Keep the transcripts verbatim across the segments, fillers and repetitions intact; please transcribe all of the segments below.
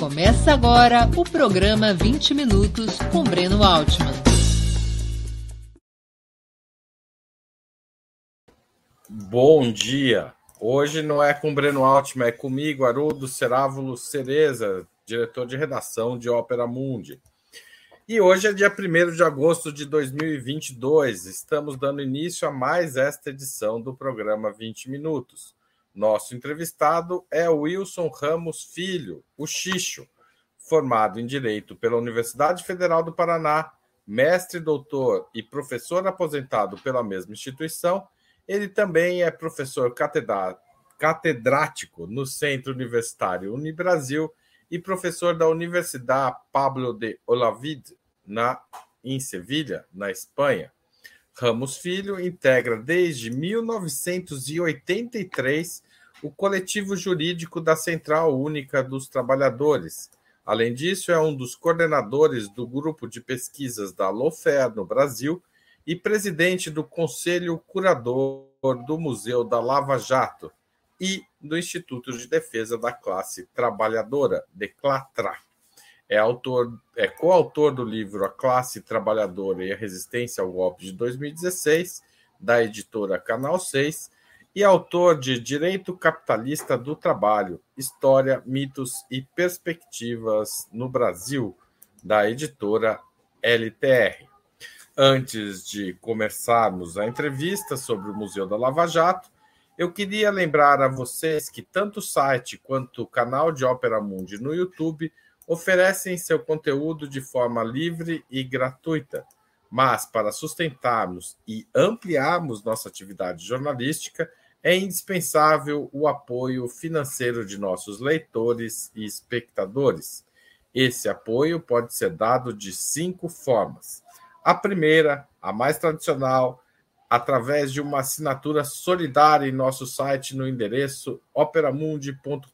Começa agora o programa vinte Minutos com Breno Altman. Bom dia! Hoje não é com Breno Altman, é comigo, Haroldo Cerávulo Cereza, diretor de redação de Opera Mundi. E hoje é dia primeiro de agosto de dois mil e vinte e dois. Estamos dando início a mais esta edição do programa vinte Minutos. Nosso entrevistado é o Wilson Ramos Filho, o Xixo, formado em Direito pela Universidade Federal do Paraná, mestre, doutor e professor aposentado pela mesma instituição. Ele também é professor catedrático no Centro Universitário Unibrasil e professor da Universidade Pablo de Olavide, na, em Sevilha, na Espanha. Ramos Filho integra desde mil novecentos e oitenta e três o coletivo jurídico da Central Única dos Trabalhadores. Além disso, é um dos coordenadores do grupo de pesquisas da Lofer no Brasil e presidente do Conselho Curador do Museu da Lava Jato e do Instituto de Defesa da Classe Trabalhadora, DECLATRA. É, autor, é coautor do livro A Classe Trabalhadora e a Resistência ao Golpe de dois mil e dezesseis, da editora Canal seis, e autor de Direito Capitalista do Trabalho, História, Mitos e Perspectivas no Brasil, da editora L T R. Antes de começarmos a entrevista sobre o Museu da Lava Jato, eu queria lembrar a vocês que tanto o site quanto o canal de Opera Mundi no YouTube oferecem seu conteúdo de forma livre e gratuita, mas para sustentarmos e ampliarmos nossa atividade jornalística, é indispensável o apoio financeiro de nossos leitores e espectadores. Esse apoio pode ser dado de cinco formas. A primeira, a mais tradicional, através de uma assinatura solidária em nosso site no endereço operamundi.com.br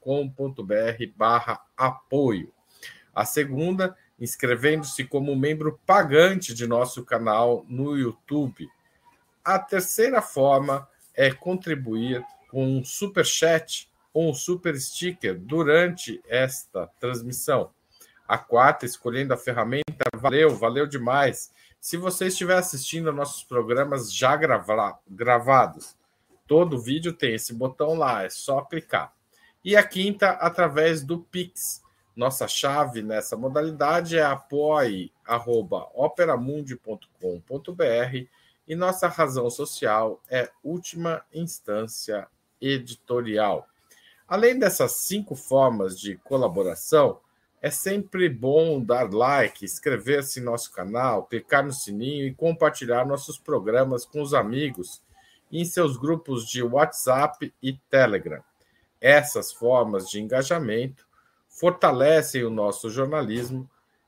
barra apoio. A segunda, inscrevendo-se como membro pagante de nosso canal no YouTube. A terceira forma é contribuir com um superchat ou um super sticker durante esta transmissão. A quarta, escolhendo a ferramenta Valeu, valeu demais. Se você estiver assistindo a nossos programas já grava- gravados, todo vídeo tem esse botão lá, é só clicar. E a quinta, através do Pix. Nossa chave nessa modalidade é apoie arroba operamundi ponto com ponto br e nossa razão social é Última Instância Editorial. Além dessas cinco formas de colaboração, é sempre bom dar like, inscrever-se em nosso canal, clicar no sininho e compartilhar nossos programas com os amigos e em seus grupos de WhatsApp e Telegram. Essas formas de engajamento fortalecem o nosso jornalismo,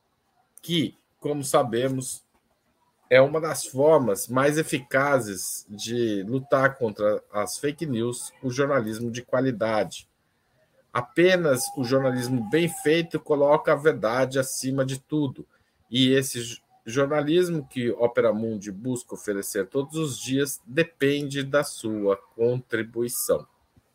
que, como sabemos, é uma das formas mais eficazes de lutar contra as fake news, o jornalismo de qualidade. Apenas o jornalismo bem feito coloca a verdade acima de tudo. E esse jornalismo que Opera Mundi busca oferecer todos os dias depende da sua contribuição.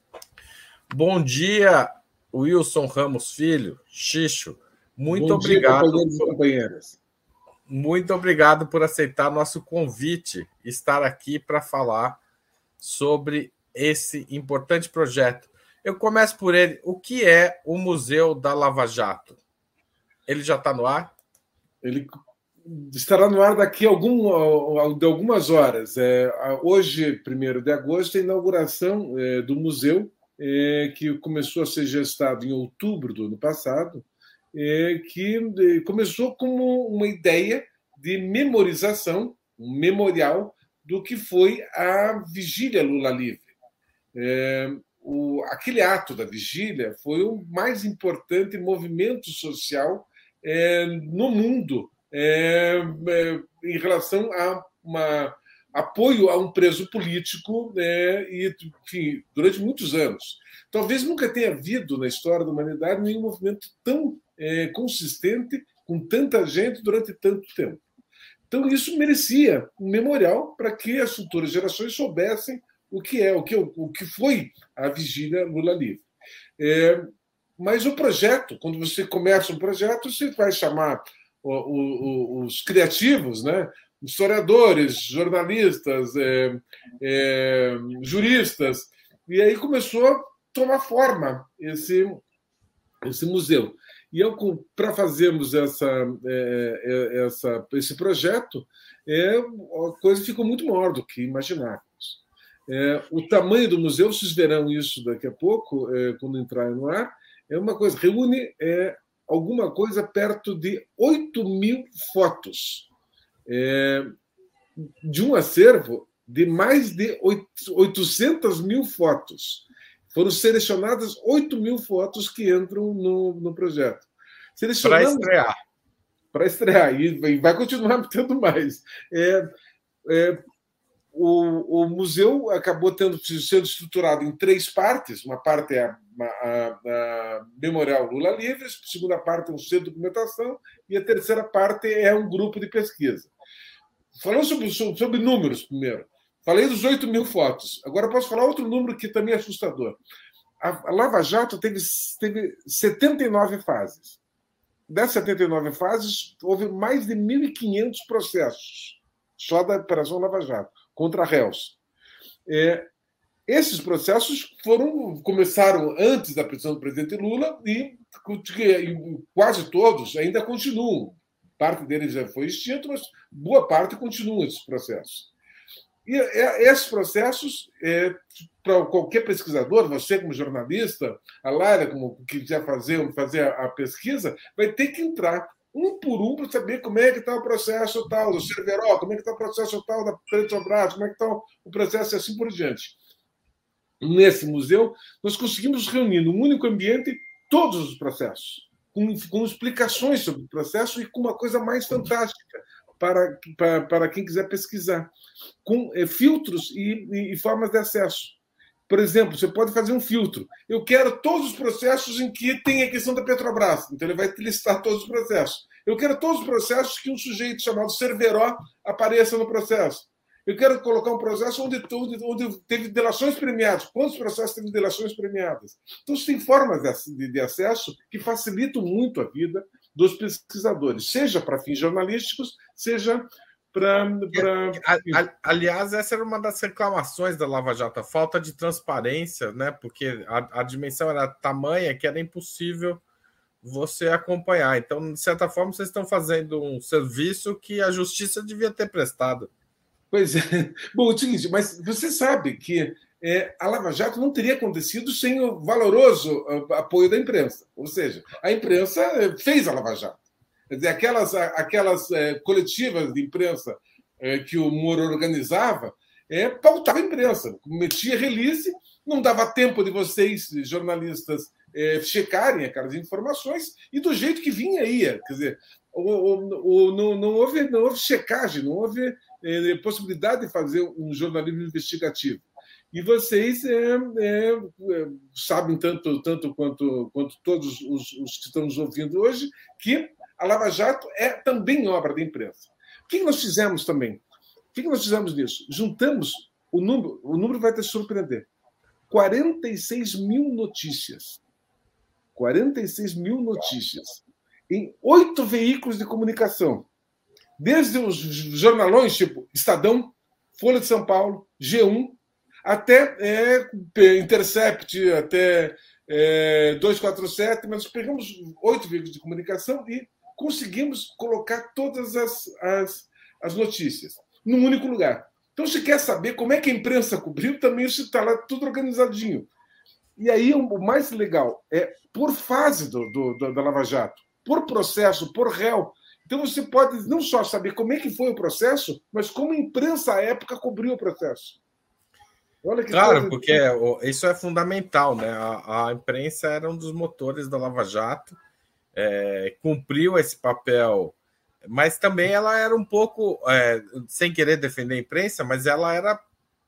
Bom dia, Wilson Ramos Filho, Xixo. Muito Bom obrigado. Bom dia, companheiros e companheiras. Muito obrigado por aceitar nosso convite, estar aqui para falar sobre esse importante projeto. Eu começo por ele. O que é o Museu da Lava Jato? Ele já está no ar? Ele estará no ar daqui a algum, de algumas horas. É, hoje, primeiro de agosto, é a inauguração é, do museu, é, que começou a ser gestado em outubro do ano passado, é, que começou como uma ideia de memorização, um memorial do que foi a Vigília Lula Livre. É, O, aquele ato da vigília foi o mais importante movimento social é, no mundo é, é, em relação a uma, apoio a um preso político é, e, enfim, durante muitos anos. Talvez nunca tenha havido na história da humanidade nenhum movimento tão é, consistente, com tanta gente durante tanto tempo. Então, isso merecia um memorial para que as futuras gerações soubessem o que é, o que, o que foi a Vigília Lula Livre. É, mas o projeto, quando você começa um projeto, você vai chamar o, o, os criativos, né? Historiadores, jornalistas, é, é, juristas, e aí começou a tomar forma esse, esse museu. E eu, para fazermos essa, é, essa, esse projeto, é, a coisa ficou muito maior do que imaginávamos. É, o tamanho do museu, vocês verão isso daqui a pouco, é, quando entrar no ar, é uma coisa, reúne é, alguma coisa perto de oito mil fotos, é, de um acervo de mais de oitocentas mil fotos. Foram selecionadas oito mil fotos que entram no, no projeto. Para estrear. Para estrear, e vai continuar tendo mais. É, é, o, o museu acabou tendo, sendo estruturado em três partes. Uma parte é a, a, a Memorial Lula Livres, a segunda parte é um centro de documentação, e a terceira parte é um grupo de pesquisa. Falando sobre, sobre, sobre números, primeiro. Falei dos oito mil fotos. Agora posso falar outro número que também é assustador. A, a Lava Jato teve, teve setenta e nove fases. Dessas setenta e nove fases, houve mais de mil e quinhentos processos, só da Operação Lava Jato, contra réus. É, esses processos foram, começaram antes da prisão do presidente Lula e, e quase todos ainda continuam. Parte deles já foi extinto, mas boa parte continuam esses processos. E esses processos, é, para qualquer pesquisador, você como jornalista, a Lara, como que quiser fazer, fazer a pesquisa, vai ter que entrar um por um para saber como é que está o processo tal do Cerveró, como é que está o processo tal da Petrobras, como é que está o processo e assim por diante. Nesse museu, nós conseguimos reunir num único ambiente todos os processos, com, com explicações sobre o processo e com uma coisa mais fantástica para, para, para quem quiser pesquisar, com é, filtros e, e, e formas de acesso. Por exemplo, você pode fazer um filtro. Eu quero todos os processos em que tem a questão da Petrobras. Então, ele vai listar todos os processos. Eu quero todos os processos que um sujeito chamado Cerveró apareça no processo. Eu quero colocar um processo onde, onde, onde teve delações premiadas. Quantos processos teve delações premiadas? Então, você tem formas de, de acesso que facilitam muito a vida dos pesquisadores, seja para fins jornalísticos, seja para... Pra... Aliás, essa era uma das reclamações da Lava Jato, a falta de transparência, né? Porque a, a dimensão era tamanha que era impossível você acompanhar. Então, de certa forma, vocês estão fazendo um serviço que a justiça devia ter prestado. Pois é. Bom, é o seguinte, mas você sabe que é, a Lava Jato não teria acontecido sem o valoroso uh, apoio da imprensa. Ou seja, a imprensa fez a Lava Jato. Quer dizer, aquelas, aquelas é, coletivas de imprensa é, que o Moro organizava, é, pautava a imprensa, metia release, não dava tempo de vocês, jornalistas, é, checarem aquelas informações, e do jeito que vinha, ia. Quer dizer, o, o, o, não, não, houve, não houve checagem, não houve é, possibilidade de fazer um jornalismo investigativo. E vocês é, é, sabem tanto, tanto quanto, quanto todos os, os que estão nos ouvindo hoje, que a Lava Jato é também obra da imprensa. O que nós fizemos também? O que nós fizemos nisso? Juntamos o número, o número vai te surpreender, quarenta e seis mil notícias. quarenta e seis mil notícias em oito veículos de comunicação. Desde os jornalões tipo Estadão, Folha de São Paulo, G um, até é, Intercept, até é, duzentos e quarenta e sete, mas pegamos oito veículos de comunicação e conseguimos colocar todas as, as, as notícias num único lugar. Então, se quer saber como é que a imprensa cobriu, também isso está lá tudo organizadinho. E aí, o mais legal é por fase do, do, da Lava Jato, por processo, por réu. Então, você pode não só saber como é que foi o processo, mas como a imprensa à época cobriu o processo. Olha que claro, coisa... porque isso é fundamental, né? A, a imprensa era um dos motores da Lava Jato, é, cumpriu esse papel, mas também ela era um pouco, é, sem querer defender a imprensa, mas ela era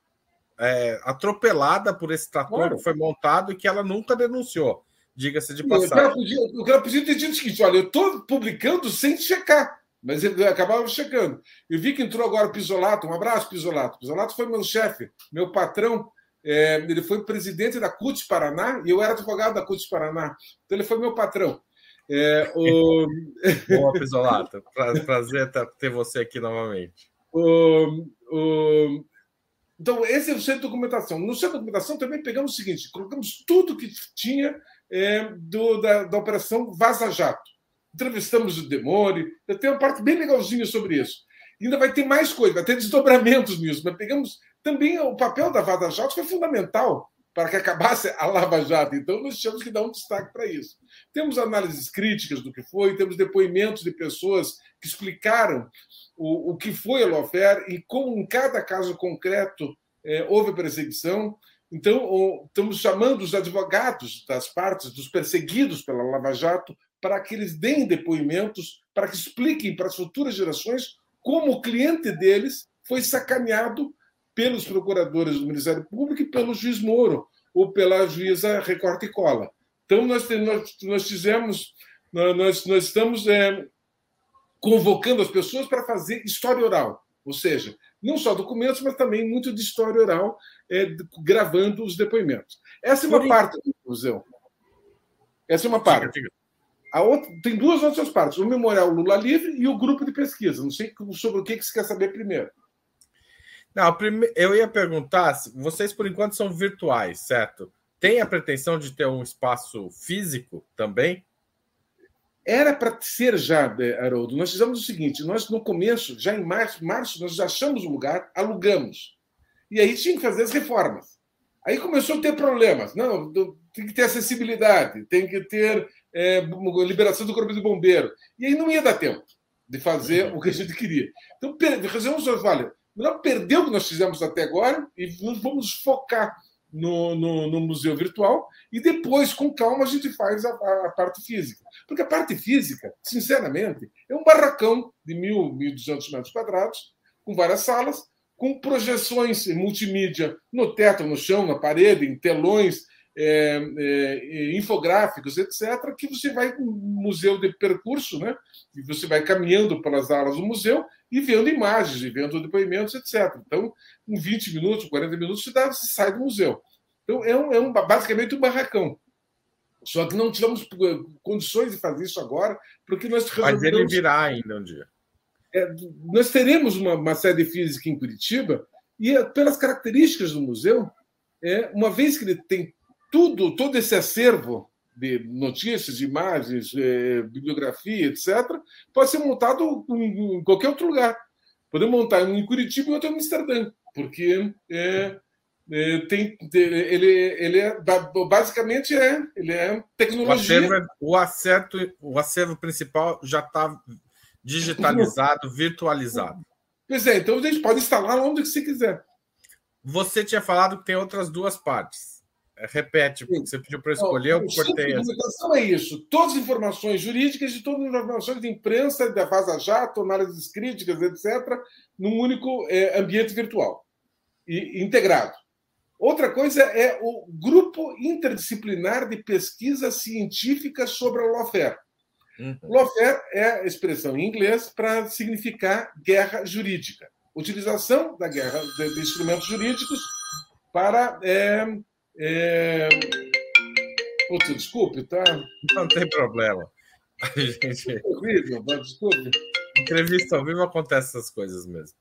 é, atropelada por esse trator claro. que foi montado e que ela nunca denunciou, diga-se de passagem. O cara podia ter dito o seguinte: olha, eu estou publicando sem checar, mas ele acabava checando. Eu vi que entrou agora o Pisolato, um abraço, Pisolato. Pisolato foi meu chefe, meu patrão É, ele foi presidente da C U T Paraná e eu era advogado da C U T Paraná. Então, ele foi meu patrão. É, o... Boa, Pisolato. Prazer ter você aqui novamente. O, o... Então, esse é o centro de documentação. No centro de documentação também pegamos o seguinte, colocamos tudo que tinha é, do, da, da Operação Vaza Jato. Entrevistamos o Demore, tem uma parte bem legalzinha sobre isso. E ainda vai ter mais coisa, vai ter desdobramentos nisso, mas pegamos também o papel da Vaza Jato foi fundamental para que acabasse a Lava Jato. Então, nós tínhamos que dar um destaque para isso. Temos análises críticas do que foi, temos depoimentos de pessoas que explicaram o, o que foi a lawfare e como, em cada caso concreto, é, houve perseguição. Então, o, estamos chamando os advogados das partes, dos perseguidos pela Lava Jato, para que eles deem depoimentos, para que expliquem para as futuras gerações como o cliente deles foi sacaneado pelos procuradores do Ministério Público e pelo juiz Moro, ou pela juíza Recorte e Cola. Então, nós, nós, nós fizemos, nós, nós estamos é, convocando as pessoas para fazer história oral, ou seja, não só documentos, mas também muito de história oral, é, gravando os depoimentos. Essa é uma Por parte do museu. Essa é uma parte. A outra, tem duas outras partes, o Memorial Lula Livre e o grupo de pesquisa. Não sei sobre o que você quer saber primeiro. Não, eu ia perguntar, vocês por enquanto são virtuais, certo? Tem a pretensão de ter um espaço físico também? Era para ser já, Haroldo. Nós fizemos o seguinte, nós no começo, já em março, março nós achamos um lugar, alugamos. E aí tinha que fazer as reformas. Aí começou a ter problemas. Não, tem que ter acessibilidade, tem que ter é, liberação do Corpo de Bombeiro. E aí não ia dar tempo de fazer uhum. o que a gente queria. Então, fizemos, olha, não perder o que nós fizemos até agora e nós vamos focar no, no, no museu virtual e depois, com calma, a gente faz a, a parte física. Porque a parte física, sinceramente, é um barracão de mil, mil e duzentos metros quadrados, com várias salas, com projeções multimídia no teto, no chão, na parede, em telões, é, é, infográficos, etcétera, que você vai no museu de percurso, né? E você vai caminhando pelas alas do museu e vendo imagens, e vendo depoimentos, etcétera. Então, em vinte minutos, quarenta minutos, você, dá, você sai do museu. Então, é, um, é um, basicamente um barracão. Só que não tivemos condições de fazer isso agora, porque nós resolvemos... Mas ele virá ainda um dia. É, nós teremos uma, uma sede física em Curitiba e, pelas características do museu, é, uma vez que ele tem tudo, todo esse acervo de notícias, de imagens, é, bibliografia, etcétera, pode ser montado em, em qualquer outro lugar. Podemos montar um em Curitiba e outro em Amsterdã, porque é, é, tem, ele, ele é, basicamente é, ele é tecnologia. O acervo, o acervo, o acervo principal já está digitalizado, virtualizado. Pois é, então a gente pode instalar onde você quiser. Você tinha falado que tem outras duas partes. Repete, porque você pediu para eu escolher, eu cortei. A documentação é isso. Todas as informações jurídicas e todas as informações de imprensa, da Vaza Jato, análises críticas, etcétera, num único é, ambiente virtual e integrado. Outra coisa é o Grupo Interdisciplinar de Pesquisa Científica sobre a lawfare. Uhum. Lawfare é a expressão em inglês para significar guerra jurídica. Utilização da guerra de, de instrumentos jurídicos para... É, é... Putz, desculpe, tá? Não tem problema. A gente... É horrível, desculpe. Entrevista ao vivo acontece essas coisas mesmo.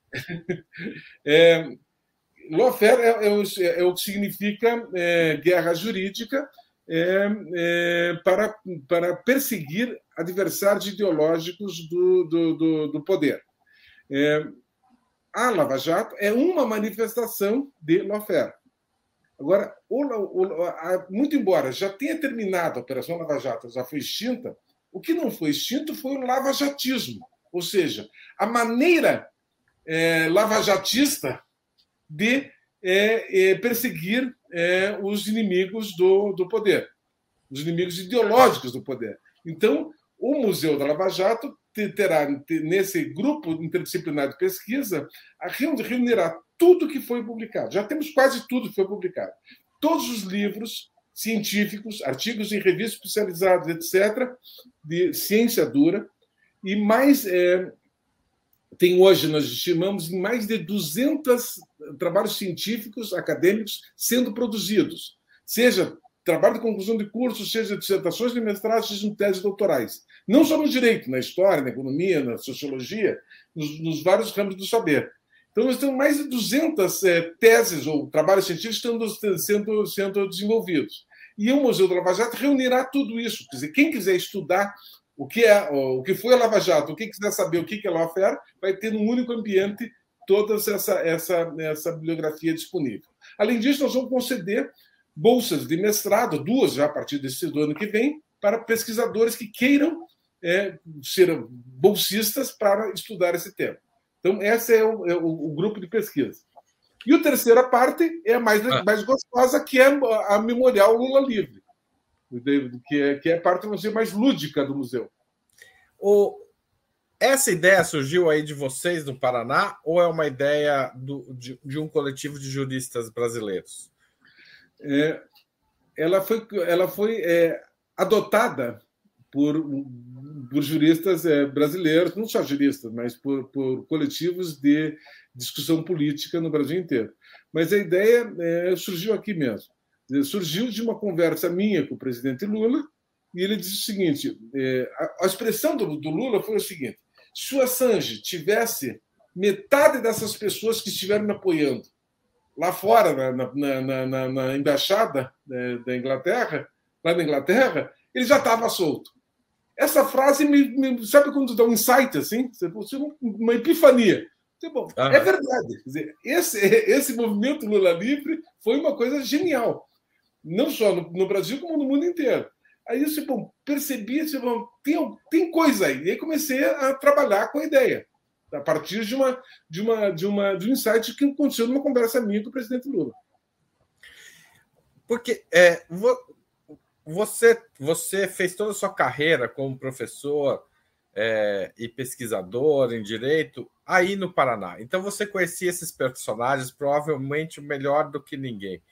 É... Lawfare é, é, o, é o que significa é, guerra jurídica é, é, para, para perseguir adversários ideológicos do, do, do, do poder. É, a Lava Jato é uma manifestação de lawfare. Agora, o, o, a, muito embora já tenha terminado a Operação Lava Jato, já foi extinta, o que não foi extinto foi o lavajatismo, ou seja, a maneira é, lavajatista de é, é, perseguir é, os inimigos do, do poder, os inimigos ideológicos do poder. Então, o Museu da Lava Jato terá, nesse grupo interdisciplinar de pesquisa, reunirá tudo que foi publicado. Já temos quase tudo que foi publicado. Todos os livros científicos, artigos em revistas especializadas, etcétera, de ciência dura, e mais... É, tem hoje, nós estimamos, mais de duzentos trabalhos científicos, acadêmicos, sendo produzidos, seja trabalho de conclusão de curso, seja dissertações de mestrado, seja teses doutorais. Não só no direito, na história, na economia, na sociologia, nos, nos vários ramos do saber. Então, nós temos mais de duzentas é, teses ou trabalhos científicos sendo, sendo, sendo desenvolvidos. E o Museu da Lava Jato reunirá tudo isso. Quer dizer, quem quiser estudar o que, é, o que foi a Lava Jato, quem quiser saber o que é a lawfare, vai ter num único ambiente toda essa, essa, essa bibliografia disponível. Além disso, nós vamos conceder bolsas de mestrado, duas já a partir desse do ano que vem, para pesquisadores que queiram é, ser bolsistas para estudar esse tema. Então, esse é o, é o, o grupo de pesquisa. E a terceira parte é a mais, ah. mais gostosa, que é a Memorial Lula Livre, que é, que é a parte, vamos dizer, mais lúdica do museu. O... Essa ideia surgiu aí de vocês no Paraná ou é uma ideia do, de, de um coletivo de juristas brasileiros? É, ela foi, ela foi é, adotada por, por juristas é, brasileiros, não só juristas, mas por, por coletivos de discussão política no Brasil inteiro. Mas a ideia é, surgiu aqui mesmo. Surgiu de uma conversa minha com o presidente Lula, e ele disse o seguinte, é, a, a expressão do, do Lula foi o seguinte: se o Assange tivesse metade dessas pessoas que estiveram me apoiando lá fora, na, na, na, na, na embaixada da Inglaterra, lá na Inglaterra, ele já estava solto. Essa frase me, me sabe quando dá um insight, assim? Uma epifania. Bom, ah. É verdade. Quer dizer, esse, esse movimento Lula Livre foi uma coisa genial. Não só no, no Brasil, como no mundo inteiro. Aí eu bom, percebi, bom, tem, tem coisa aí. E aí comecei a trabalhar com a ideia, a partir de, uma, de, uma, de, uma, de um insight que aconteceu numa conversa minha com o presidente Lula. Porque é, você, você fez toda a sua carreira como professor é, e pesquisador em direito aí no Paraná. Então você conhecia esses personagens provavelmente melhor do que ninguém.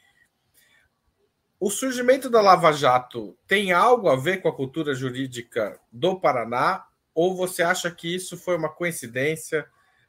O surgimento da Lava Jato tem algo a ver com a cultura jurídica do Paraná? Ou você acha que isso foi uma coincidência?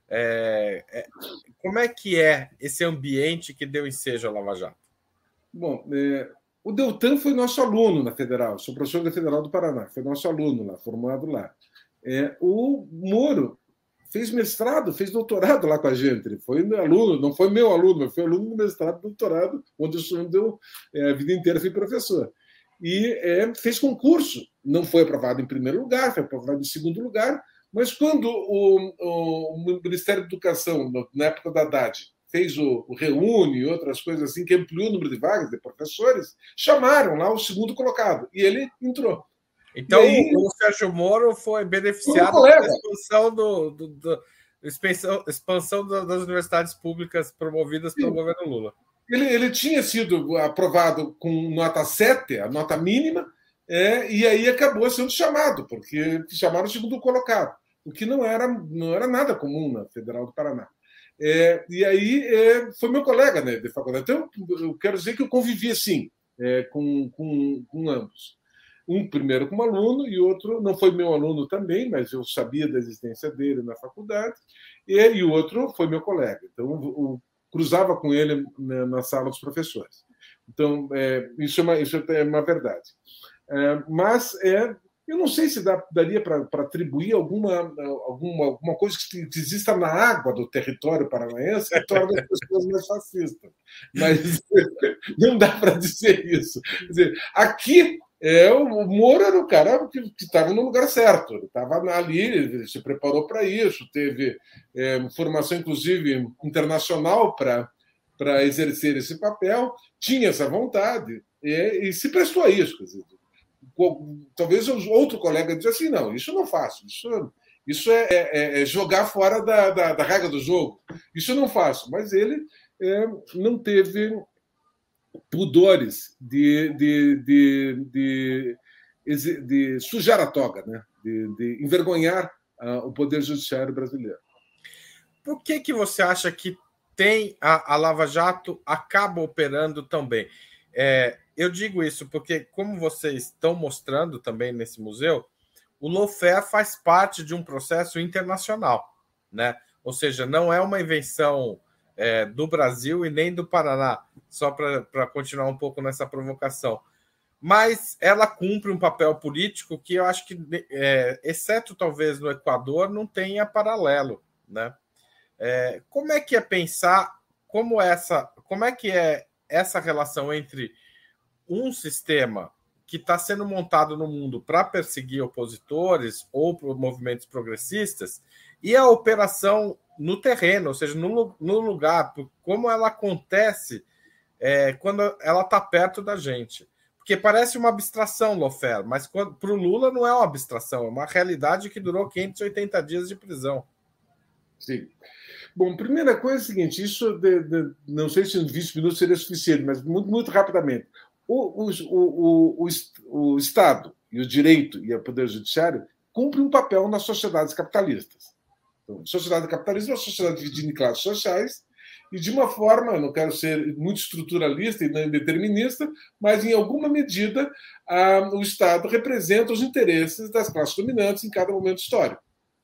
É, é, como é que é esse ambiente que deu ensejo à Lava Jato? Bom, é, o Deltan foi nosso aluno na Federal, sou professor da Federal do Paraná, foi nosso aluno lá, formado lá. É, o Moro fez mestrado, fez doutorado lá com a gente, ele foi aluno, não foi meu aluno, mas foi aluno do mestrado, doutorado, onde eu deu, é, a vida inteira fui professor. E é, fez concurso, não foi aprovado em primeiro lugar, foi aprovado em segundo lugar, mas quando o, o Ministério da Educação, na época da Haddad, fez o, o Reúne e outras coisas assim, que ampliou o número de vagas de professores, chamaram lá o segundo colocado, e ele entrou. Então, aí, o Sérgio Moro foi beneficiado pela expansão, do, do, do, expansão, expansão das universidades públicas promovidas pelo Sim. governo Lula. Ele, ele tinha sido aprovado com nota sete, a nota mínima, é, e aí acabou sendo chamado, porque chamaram o segundo colocado, o que não era, não era nada comum na Federal do Paraná. É, e aí é, foi meu colega, né, de faculdade. Então, eu quero dizer que eu convivi assim, é, com, com, com ambos. Um primeiro como aluno e outro não foi meu aluno também, mas eu sabia da existência dele na faculdade, e, e o outro foi meu colega. Então, eu cruzava com ele na, na sala dos professores. Então, é, isso, é uma, isso é uma verdade. É, mas é, eu não sei se dá, daria para atribuir alguma, alguma, alguma coisa que, que exista na água do território paranaense que torna as pessoas mais fascistas. Mas não dá para dizer isso. Quer dizer, aqui, é, o Moro era o cara que estava no lugar certo. Ele estava ali, ele se preparou para isso, teve é, formação, inclusive, internacional para para exercer esse papel, tinha essa vontade e, e se prestou a isso. Quer dizer, talvez outro colega dizia assim, não, isso eu não faço, isso, isso é, é, é jogar fora da, da, da regra do jogo, isso eu não faço. Mas ele é, não teve pudores de, de, de, de, de, de sujar a toga, né? de, de envergonhar uh, o Poder Judiciário brasileiro. Por que, que você acha que tem a, a Lava Jato acaba operando também? É, eu digo isso porque, como vocês estão mostrando também nesse museu, o lawfare faz parte de um processo internacional. né? Ou seja, não é uma invenção é, do Brasil e nem do Paraná, só para continuar um pouco nessa provocação. Mas ela cumpre um papel político que eu acho que, é, exceto talvez no Equador, não tenha paralelo, né? É, como é que é pensar como essa, como é que é essa relação entre um sistema que está sendo montado no mundo para perseguir opositores ou movimentos progressistas e a operação no terreno, ou seja, no, no lugar, como ela acontece é, quando ela está perto da gente. Porque parece uma abstração, Lofer, mas para o Lula não é uma abstração, é uma realidade que durou quinhentos e oitenta dias de prisão. Sim. Bom, primeira coisa é o seguinte, isso de, de, não sei se em vinte minutos seria suficiente, mas muito, muito rapidamente. O, o, o, o, o Estado e o direito e o Poder Judiciário cumprem um papel nas sociedades capitalistas. Então, a sociedade capitalista é uma sociedade dividida em classes sociais e, de uma forma, eu não quero ser muito estruturalista e nem determinista, mas, em alguma medida, a, o Estado representa os interesses das classes dominantes em cada momento histórico.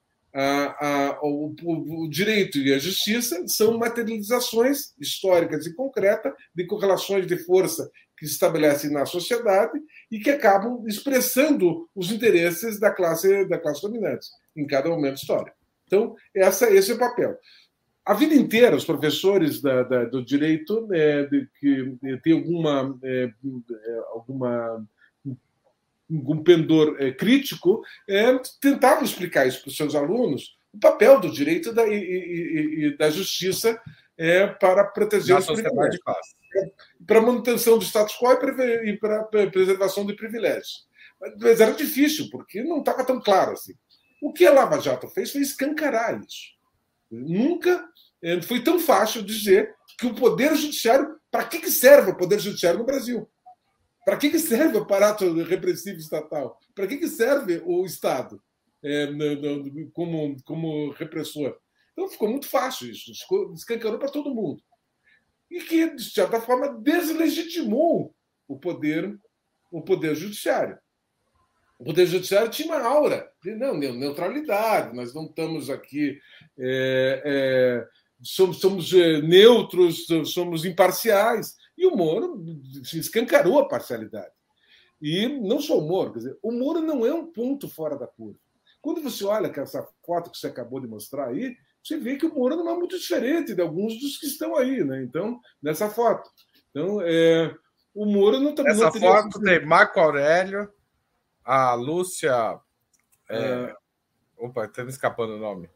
A, a, o, o direito e a justiça são materializações históricas e concretas de correlações de força que se estabelecem na sociedade e que acabam expressando os interesses da classe, da classe dominante em cada momento histórico. Então, essa, esse é o papel. A vida inteira, os professores da, da, do direito é, de, que têm alguma, é, alguma um pendor é, crítico, é, tentavam explicar isso para os seus alunos, o papel do direito da, e, e, e da justiça é, para proteger os privilégios, para a manutenção do status quo e para a preservação de privilégios. Mas era difícil, porque não estava tão claro assim. O que a Lava Jato fez foi escancarar isso. Nunca é, foi tão fácil dizer que o Poder Judiciário... Para que serve o Poder Judiciário no Brasil? Para que serve o aparato repressivo estatal? Para que serve o Estado é, como, como repressor? Então ficou muito fácil isso, escancarou para todo mundo. E que, de certa forma, deslegitimou o poder, o poder judiciário. O Poder Judiciário tinha uma aura de não, neutralidade, nós não estamos aqui, é, é, somos, somos neutros, somos imparciais. E o Moro escancarou a parcialidade. E não só o Moro, quer dizer, o Moro não é um ponto fora da curva. Quando você olha essa foto que você acabou de mostrar aí, você vê que o Moro não é muito diferente de alguns dos que estão aí, né? Então, nessa foto. Então, é, o Moro não também. Nessa não teria... foto tem Marco Aurélio, a Lúcia. É... É... Opa, está me escapando o nome.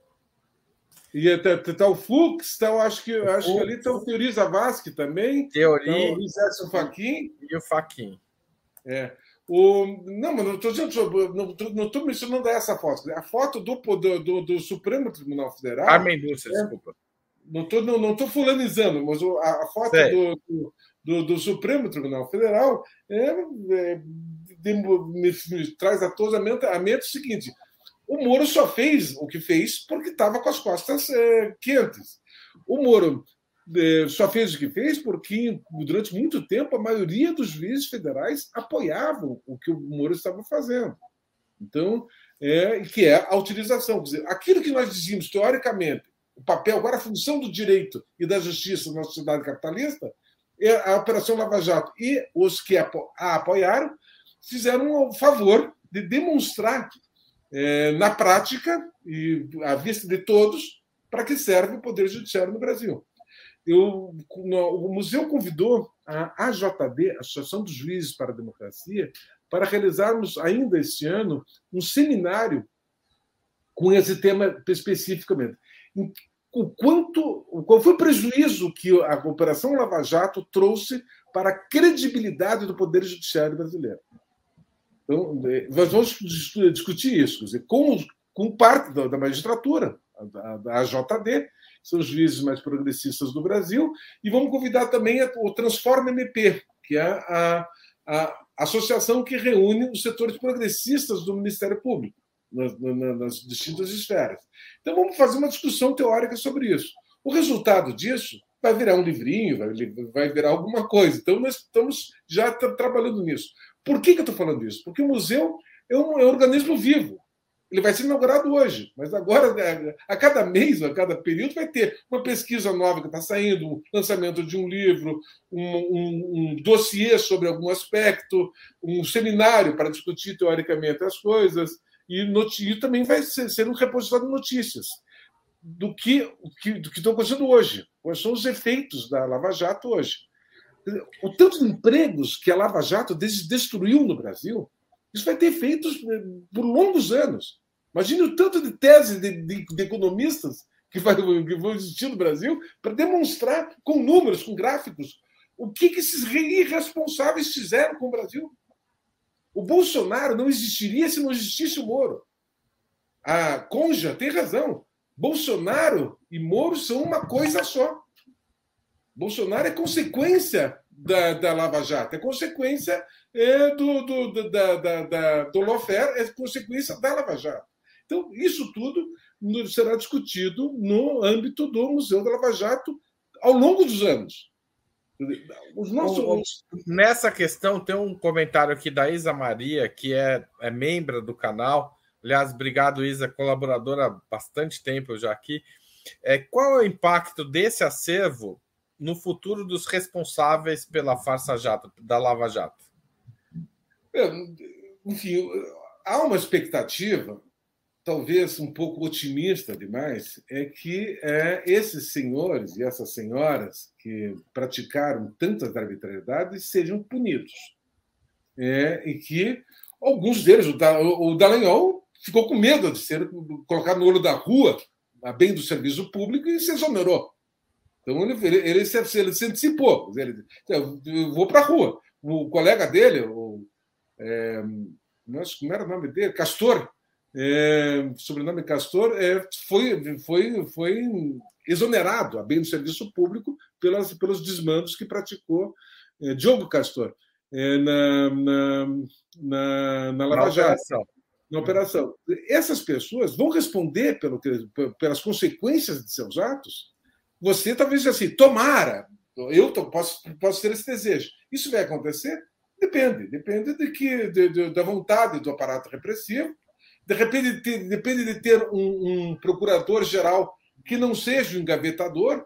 E está o Fux, tá, acho que, acho Fux. que ali está o Teori Zavascki também. Teori. Tá o Luiz Edson Fachin. E o Fachin. É. O, não, mas não estou não estou mencionando essa foto. A foto do, do, do, do Supremo Tribunal Federal. Carmen Lúcia, é, desculpa. Não estou não, não fulanizando, mas a, a foto do, do, do Supremo Tribunal Federal é, é, de, me, me traz a todos a mente, a mente o seguinte: o Moro só fez o que fez porque estava com as costas é, quentes. O Moro é, só fez o que fez porque, durante muito tempo, a maioria dos juízes federais apoiavam o que o Moro estava fazendo. Então, é, que é a utilização. Quer dizer, aquilo que nós dizíamos, teoricamente, o papel, agora a função do direito e da justiça na sociedade capitalista, é a Operação Lava Jato e os que a apoiaram fizeram o favor de demonstrar É, na prática, e à vista de todos, para que serve o Poder Judiciário no Brasil. Eu, no, o museu convidou a A J D, Associação dos Juízes para a Democracia, para realizarmos ainda este ano um seminário com esse tema especificamente. O quanto, qual foi o prejuízo que a Operação Lava Jato trouxe para a credibilidade do Poder Judiciário brasileiro? Então, nós vamos discutir isso, quer dizer, com, com parte da, da magistratura, da, da A J D, que são os juízes mais progressistas do Brasil, e vamos convidar também a, o Transforma M P, que é a, a associação que reúne os setores progressistas do Ministério Público, nas, nas distintas esferas. Então, vamos fazer uma discussão teórica sobre isso. O resultado disso vai virar um livrinho, vai, vai virar alguma coisa. Então, nós estamos já tra- trabalhando nisso. Por que, que eu estou falando isso? Porque o museu é um, é um organismo vivo. Ele vai ser inaugurado hoje, mas agora, a cada mês, a cada período, vai ter uma pesquisa nova que está saindo, um lançamento de um livro, um, um, um dossiê sobre algum aspecto, um seminário para discutir teoricamente as coisas, e, e também vai ser, ser um repositório de notícias do que, do que estão acontecendo hoje. Quais são os efeitos da Lava Jato hoje? O tanto de empregos que a Lava Jato destruiu no Brasil, isso vai ter efeitos por longos anos. Imagine o tanto de teses de, de, de economistas que, vai, que vão existir no Brasil para demonstrar com números, com gráficos, o que, que esses irresponsáveis fizeram com o Brasil. O Bolsonaro não existiria se não existisse o Moro. A Conja tem razão. Bolsonaro e Moro são uma coisa só. Bolsonaro é consequência da, da Lava Jato, é consequência é, do, do, da, da, da, do lawfare, é consequência da Lava Jato. Então, isso tudo será discutido no âmbito do Museu da Lava Jato ao longo dos anos. Os nossos... Nessa questão, tem um comentário aqui da Isa Maria, que é, é membro do canal. Aliás, obrigado, Isa, colaboradora há bastante tempo já aqui. É, qual é o impacto desse acervo no futuro dos responsáveis pela farsa jato, da Lava Jato? Enfim, há uma expectativa, talvez um pouco otimista demais, é que é, esses senhores e essas senhoras que praticaram tantas arbitrariedades sejam punidos. É, e que alguns deles, o, da, o Dallagnol ficou com medo de ser colocado no olho da rua, a bem do serviço público, e se exonerou. Então, ele, ele, ele, se, ele se antecipou. Ele, eu vou para a rua. O colega dele, o, é, nossa, como era o nome dele? Castor, é, sobrenome Castor, é, foi, foi, foi exonerado a bem do serviço público pelas, pelos desmandos que praticou é, Diogo Castor é, na, na, na, na Lava Jato. Na operação. Essas pessoas vão responder pelo, pelas consequências de seus atos. Você talvez diga assim, tomara, eu posso, posso ter esse desejo. Isso vai acontecer? Depende. Depende de que, de, de, da vontade do aparato repressivo. De repente, de ter, depende de ter um, um procurador-geral que não seja um engavetador.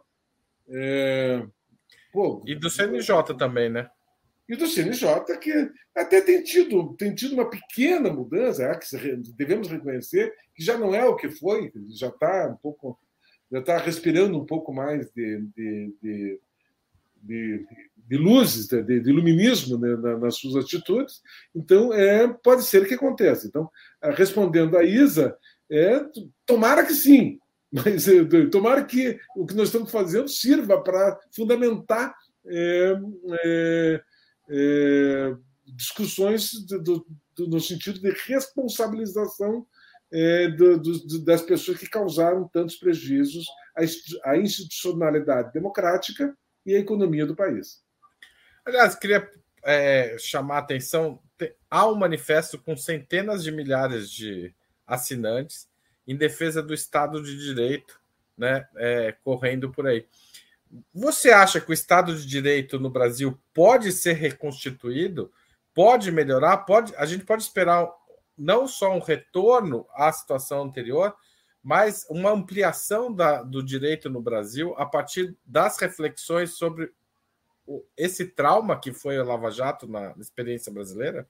É... Pô, e do C N J também, né? E do C N J, que até tem tido, tem tido uma pequena mudança, é, que devemos reconhecer, que já não é o que foi, já está um pouco... já está respirando um pouco mais de, de, de, de, de luzes, de, de iluminismo, né, nas suas atitudes. Então, é, pode ser que aconteça. Então, respondendo a Isa, é, tomara que sim, mas é, tomara que o que nós estamos fazendo sirva para fundamentar é, é, é, discussões do, do, no sentido de responsabilização É, do, do, das pessoas que causaram tantos prejuízos à institucionalidade democrática e à economia do país. Aliás, queria é, chamar a atenção, há um manifesto com centenas de milhares de assinantes em defesa do Estado de Direito, né, é, correndo por aí. Você acha que o Estado de Direito no Brasil pode ser reconstituído? Pode melhorar? Pode, a gente pode esperar não só um retorno à situação anterior, mas uma ampliação da, do direito no Brasil a partir das reflexões sobre o, esse trauma que foi a Lava Jato na experiência brasileira?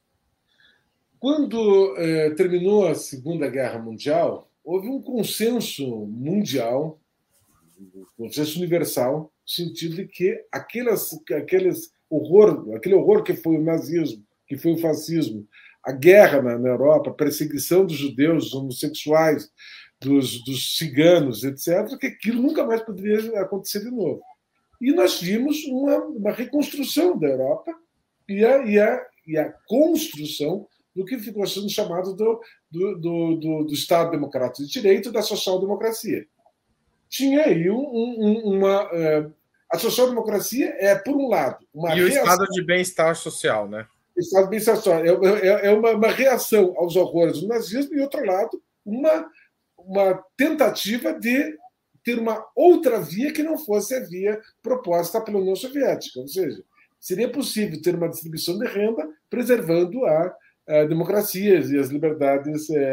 Quando eh, terminou a Segunda Guerra Mundial, houve um consenso mundial, um consenso universal, no sentido de que aquelas, aqueles horror, aquele horror que foi o nazismo, que foi o fascismo, a guerra na, na Europa, a perseguição dos judeus, dos homossexuais, dos, dos ciganos, etcétera, que aquilo nunca mais poderia acontecer de novo. E nós vimos uma, uma reconstrução da Europa e a, e, a, e a construção do que ficou sendo chamado do, do, do, do, do Estado Democrático de Direito e da social-democracia. Tinha aí um, um, uma... Uh, a social-democracia é, por um lado... uma e o reação... Estado de bem-estar social, né? Estado de bem-estar social. É, é uma, uma reação aos horrores do nazismo e, outro lado, uma, uma tentativa de ter uma outra via que não fosse a via proposta pela União Soviética. Ou seja, seria possível ter uma distribuição de renda preservando a, a democracia e as liberdades é,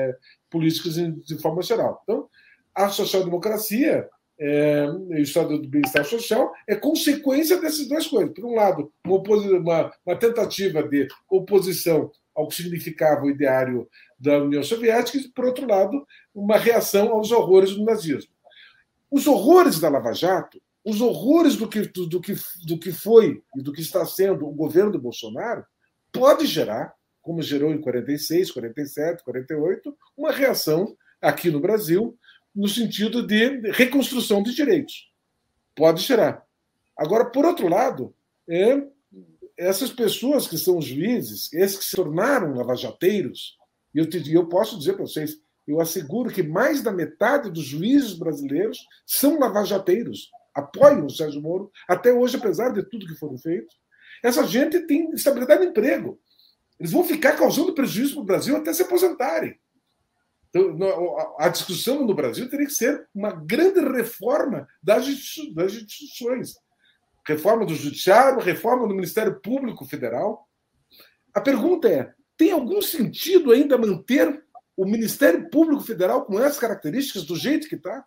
políticas de forma geral. Então, a social-democracia, é, o Estado do bem-estar social, é consequência dessas duas coisas. Por um lado, uma, uma, uma tentativa de oposição ao que significava o ideário da União Soviética e, por outro lado, uma reação aos horrores do nazismo. Os horrores da Lava Jato, os horrores do que, do, do, que, do que foi e do que está sendo o governo do Bolsonaro, pode gerar, como gerou em quarenta e seis, quarenta e sete, quarenta e oito, uma reação aqui no Brasil no sentido de reconstrução de direitos. Pode gerar. Agora, por outro lado, é, essas pessoas que são juízes, esses que se tornaram lavajateiros, e eu, te, eu posso dizer para vocês, eu asseguro que mais da metade dos juízes brasileiros são lavajateiros, apoiam o Sérgio Moro, até hoje, apesar de tudo que foram feito. Essa gente tem estabilidade de emprego. Eles vão ficar causando prejuízo para o Brasil até se aposentarem. Então, a discussão no Brasil teria que ser uma grande reforma das instituições. Reforma do Judiciário, reforma do Ministério Público Federal. A pergunta é, tem algum sentido ainda manter o Ministério Público Federal com essas características, do jeito que está?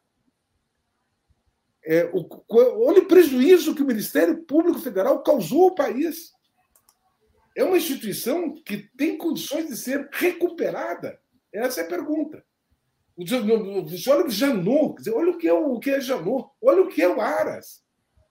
É, o, olha o prejuízo que o Ministério Público Federal causou ao país. É uma instituição que tem condições de ser recuperada. Essa é a pergunta. Olha o Janot, olha o que é o que é Janot, olha o que é o Aras.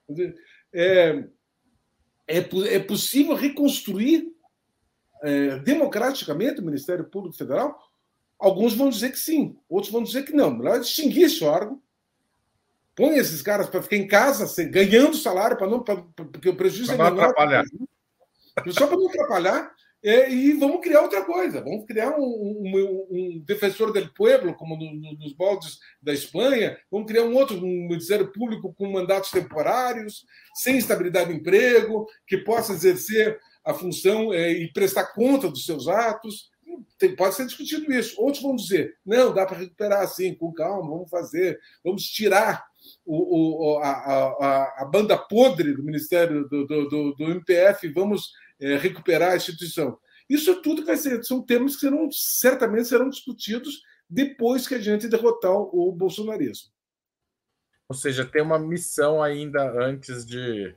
É, é, é possível reconstruir é, democraticamente o Ministério Público Federal? Alguns vão dizer que sim, outros vão dizer que não. Melhor extinguir esse órgão. Põe esses caras para ficar em casa assim, ganhando salário, para não, pra, porque o prejuízo pra é não menor. Atrapalhar. Só para não atrapalhar. É, e vamos criar outra coisa. Vamos criar um, um, um defensor del pueblo, como no, no, nos moldes da Espanha. Vamos criar um outro um Ministério Público com mandatos temporários, sem estabilidade de emprego, que possa exercer a função é, e prestar conta dos seus atos. Tem, pode ser discutido isso. Outros vão dizer, não, dá para recuperar assim, com calma, vamos fazer, vamos tirar o, o, a, a, a banda podre do Ministério do, do, do, do M P F, vamos é, recuperar a instituição. Isso tudo vai ser, são temas que serão, certamente serão discutidos depois que a gente derrotar o bolsonarismo. Ou seja, tem uma missão ainda antes de...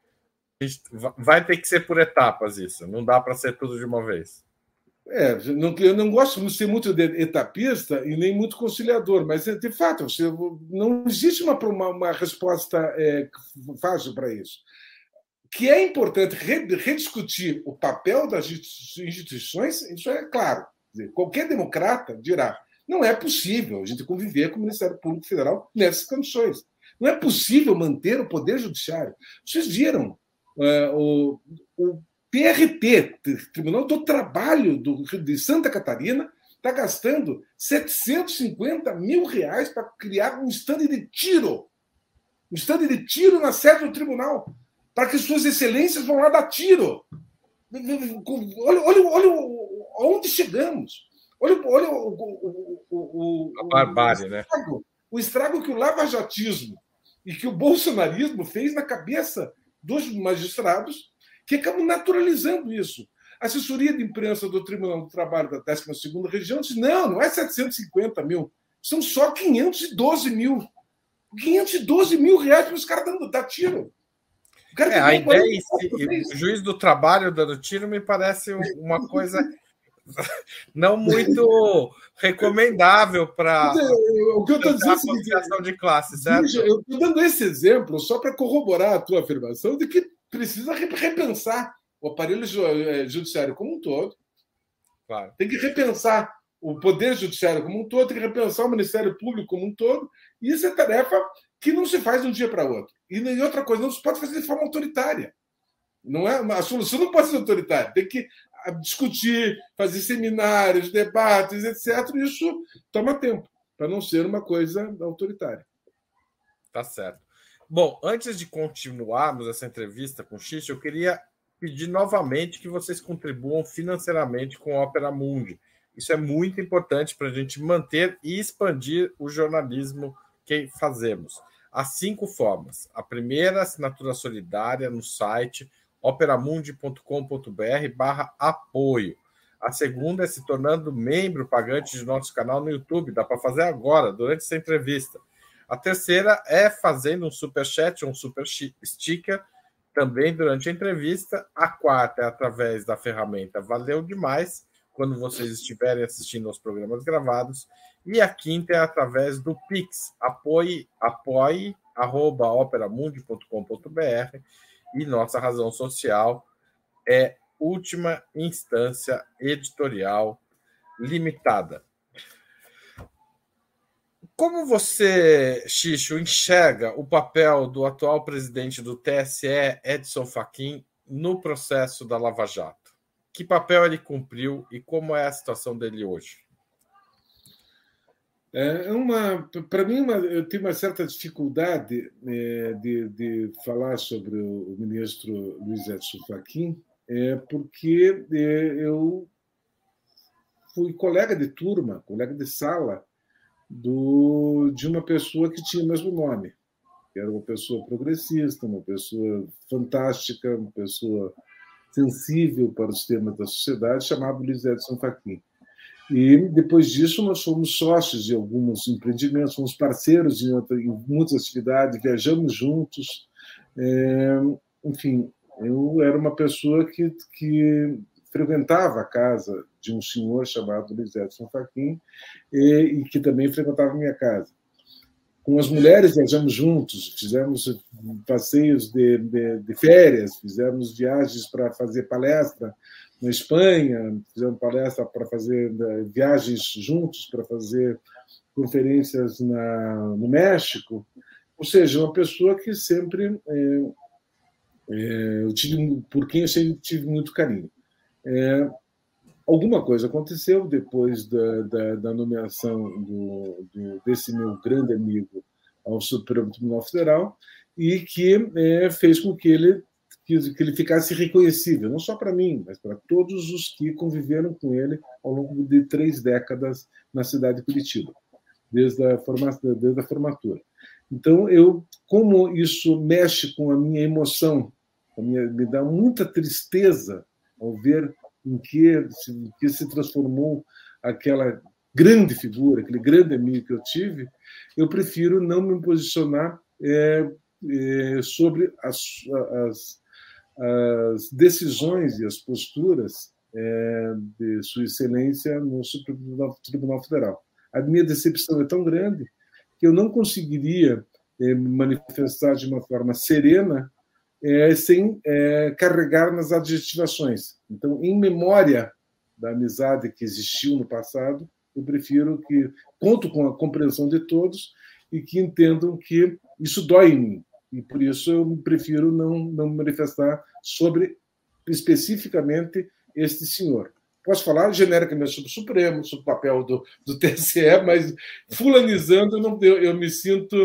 Vai ter que ser por etapas isso, não dá para ser tudo de uma vez. É, não, eu não gosto de ser muito etapista e nem muito conciliador, mas, de fato, você, não existe uma, uma, uma resposta é, fácil para isso. Que é importante rediscutir o papel das instituições, isso é claro. Qualquer democrata dirá, não é possível a gente conviver com o Ministério Público Federal nessas condições. Não é possível manter o Poder Judiciário. Vocês viram é, o... o T R T, Tribunal do Trabalho do, de Santa Catarina, está gastando setecentos e cinquenta mil reais para criar um estande de tiro. Um estande de tiro na sede do tribunal, para que suas excelências vão lá dar tiro. Olha, olha, olha onde chegamos. Olha, olha o, o, o, a barbárie, o, né? estrago, o estrago que o lavajatismo e que o bolsonarismo fez na cabeça dos magistrados, que acabam naturalizando isso. A assessoria de imprensa do Tribunal do Trabalho da décima segunda Região disse, não, não é setecentos e cinquenta mil, são só quinhentos e doze mil. quinhentos e doze mil reais para os caras dando dar tiro. O, cara é, a ideia em si, o juiz do trabalho dando tiro me parece uma coisa não muito recomendável para o que eu estou dizendo a conciliação de classe, certo? Eu estou dando esse exemplo só para corroborar a tua afirmação de que precisa repensar o aparelho judiciário como um todo. Claro. Tem que repensar o Poder Judiciário como um todo, tem que repensar o Ministério Público como um todo. E isso é tarefa que não se faz de um dia para outro. E outra coisa, não se pode fazer de forma autoritária. Não é, a solução não pode ser autoritária. Tem que discutir, fazer seminários, debates, etcétera. E isso toma tempo, para não ser uma coisa autoritária. Tá certo. Bom, antes de continuarmos essa entrevista com o Xixi, eu queria pedir novamente que vocês contribuam financeiramente com a Opera Mundi. Isso é muito importante para a gente manter e expandir o jornalismo que fazemos. Há cinco formas. A primeira, assinatura solidária no site operamundi ponto com ponto br barra apoio. A segunda é se tornando membro pagante de nosso canal no YouTube. Dá para fazer agora, durante essa entrevista. A terceira é fazendo um superchat, um super sticker, também durante a entrevista. A quarta é através da ferramenta Valeu Demais, quando vocês estiverem assistindo aos programas gravados. E a quinta é através do Pix, apoie, apoie, arroba operamundi ponto com ponto br. E nossa razão social é Última Instância Editorial Limitada. Como você, Xixo, enxerga o papel do atual presidente do T S E, Edson Fachin, no processo da Lava Jato? Que papel ele cumpriu e como é a situação dele hoje? É uma, para mim, uma, eu tenho uma certa dificuldade é, de, de falar sobre o ministro Luiz Edson Fachin, é, porque é, eu fui colega de turma, colega de sala do, de uma pessoa que tinha o mesmo nome, que era uma pessoa progressista, uma pessoa fantástica, uma pessoa sensível para os temas da sociedade, chamado Luiz Edson Fachin. E, depois disso, nós fomos sócios de alguns empreendimentos, fomos parceiros em, outra, em muitas atividades, viajamos juntos. É, enfim, eu era uma pessoa que, que frequentava a casa de um senhor chamado Luiz Edson Fachin e, e que também frequentava a minha casa. Com as mulheres viajamos juntos, fizemos passeios de, de, de férias, fizemos viagens para fazer palestra na Espanha, fizemos palestra para fazer viagens juntos, para fazer conferências na, no México. Ou seja, uma pessoa que sempre é, é, eu tive, por quem eu sempre tive muito carinho. É, alguma coisa aconteceu depois da, da, da nomeação do, do, desse meu grande amigo ao Supremo Tribunal Federal e que é, fez com que ele Que, que ele ficasse reconhecível, não só para mim, mas para todos os que conviveram com ele ao longo de três décadas na cidade de Curitiba, desde a, forma, desde a formatura. Então, eu, como isso mexe com a minha emoção, a minha, me dá muita tristeza ao ver em que, em que se transformou aquela grande figura, aquele grande amigo que eu tive, eu prefiro não me posicionar é, é, sobre as, as as decisões e as posturas é, de Sua Excelência no Supremo Tribunal Federal. A minha decepção é tão grande que eu não conseguiria é, me manifestar de uma forma serena é, sem é, carregar nas adjetivações. Então, em memória da amizade que existiu no passado, eu prefiro que conto com a compreensão de todos e que entendam que isso dói em mim. E por isso eu prefiro não, não me manifestar sobre, especificamente, este senhor. Posso falar genericamente sobre o Supremo, sobre o papel do, do T S E, mas fulanizando eu, não, eu, eu me sinto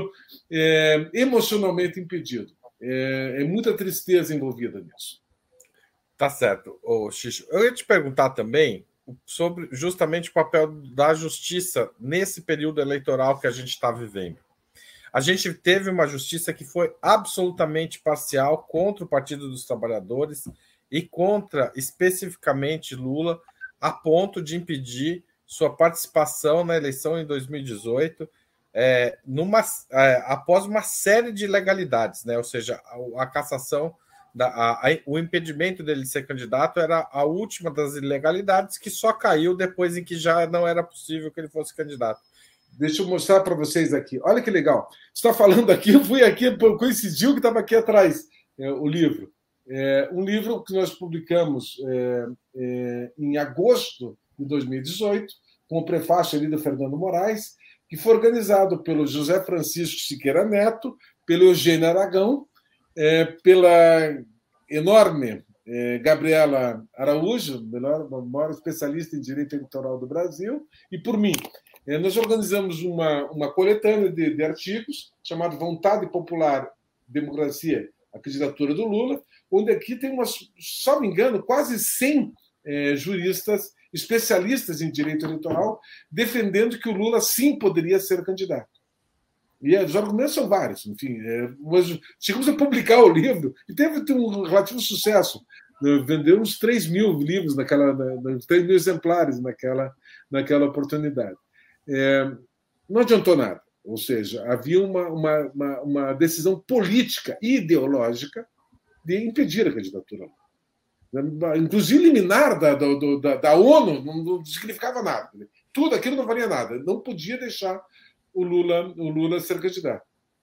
é, emocionalmente impedido. É, é muita tristeza envolvida nisso. Tá certo. Ô, Xixo, eu ia te perguntar também sobre justamente o papel da justiça nesse período eleitoral que a gente está vivendo. A gente teve uma justiça que foi absolutamente parcial contra o Partido dos Trabalhadores e contra, especificamente, Lula, a ponto de impedir sua participação na eleição em dois mil e dezoito, é, numa, é, após uma série de ilegalidades, né? Ou seja, a, a cassação, da, a, a, o impedimento dele de ser candidato era a última das ilegalidades que só caiu depois em que já não era possível que ele fosse candidato. Deixa eu mostrar para vocês aqui. Olha que legal. Você está falando aqui, eu fui aqui, coincidiu que estava aqui atrás é, o livro. É, um livro que nós publicamos é, é, em agosto de dois mil e dezoito, com o prefácio ali do Fernando Moraes, que foi organizado pelo José Francisco Siqueira Neto, pelo Eugênio Aragão, é, pela enorme é, Gabriela Araújo, melhor, maior especialista em direito eleitoral do Brasil, e por mim. Nós organizamos uma, uma coletânea de, de artigos chamado Vontade Popular, Democracia, a candidatura do Lula, onde aqui tem, umas, só me engano, quase cem é, juristas especialistas em direito eleitoral defendendo que o Lula sim poderia ser candidato. E os argumentos são vários, enfim. É, mas chegamos a publicar o livro e teve, teve um relativo sucesso. vendeu uns três mil livros, naquela, na, três mil exemplares naquela, naquela oportunidade. É, não adiantou nada. Ou seja, havia uma, uma, uma, uma decisão política e ideológica de impedir a candidatura. Inclusive, liminar da, da, da ONU não, não significava nada. Tudo aquilo não valia nada. Não podia deixar o Lula, o Lula ser candidato.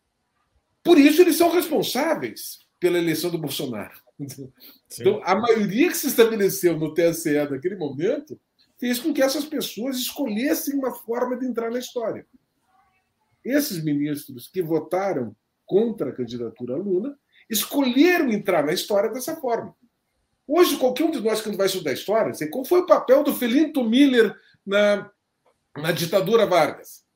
Por isso, eles são responsáveis pela eleição do Bolsonaro. Sim. Então, a maioria que se estabeleceu no T S E naquele momento fez com que essas pessoas escolhessem uma forma de entrar na história. Esses ministros que votaram contra a candidatura Lula escolheram entrar na história dessa forma. Hoje, qualquer um de nós que vai estudar história, sei qual foi o papel do Felinto Miller na, na ditadura Vargas.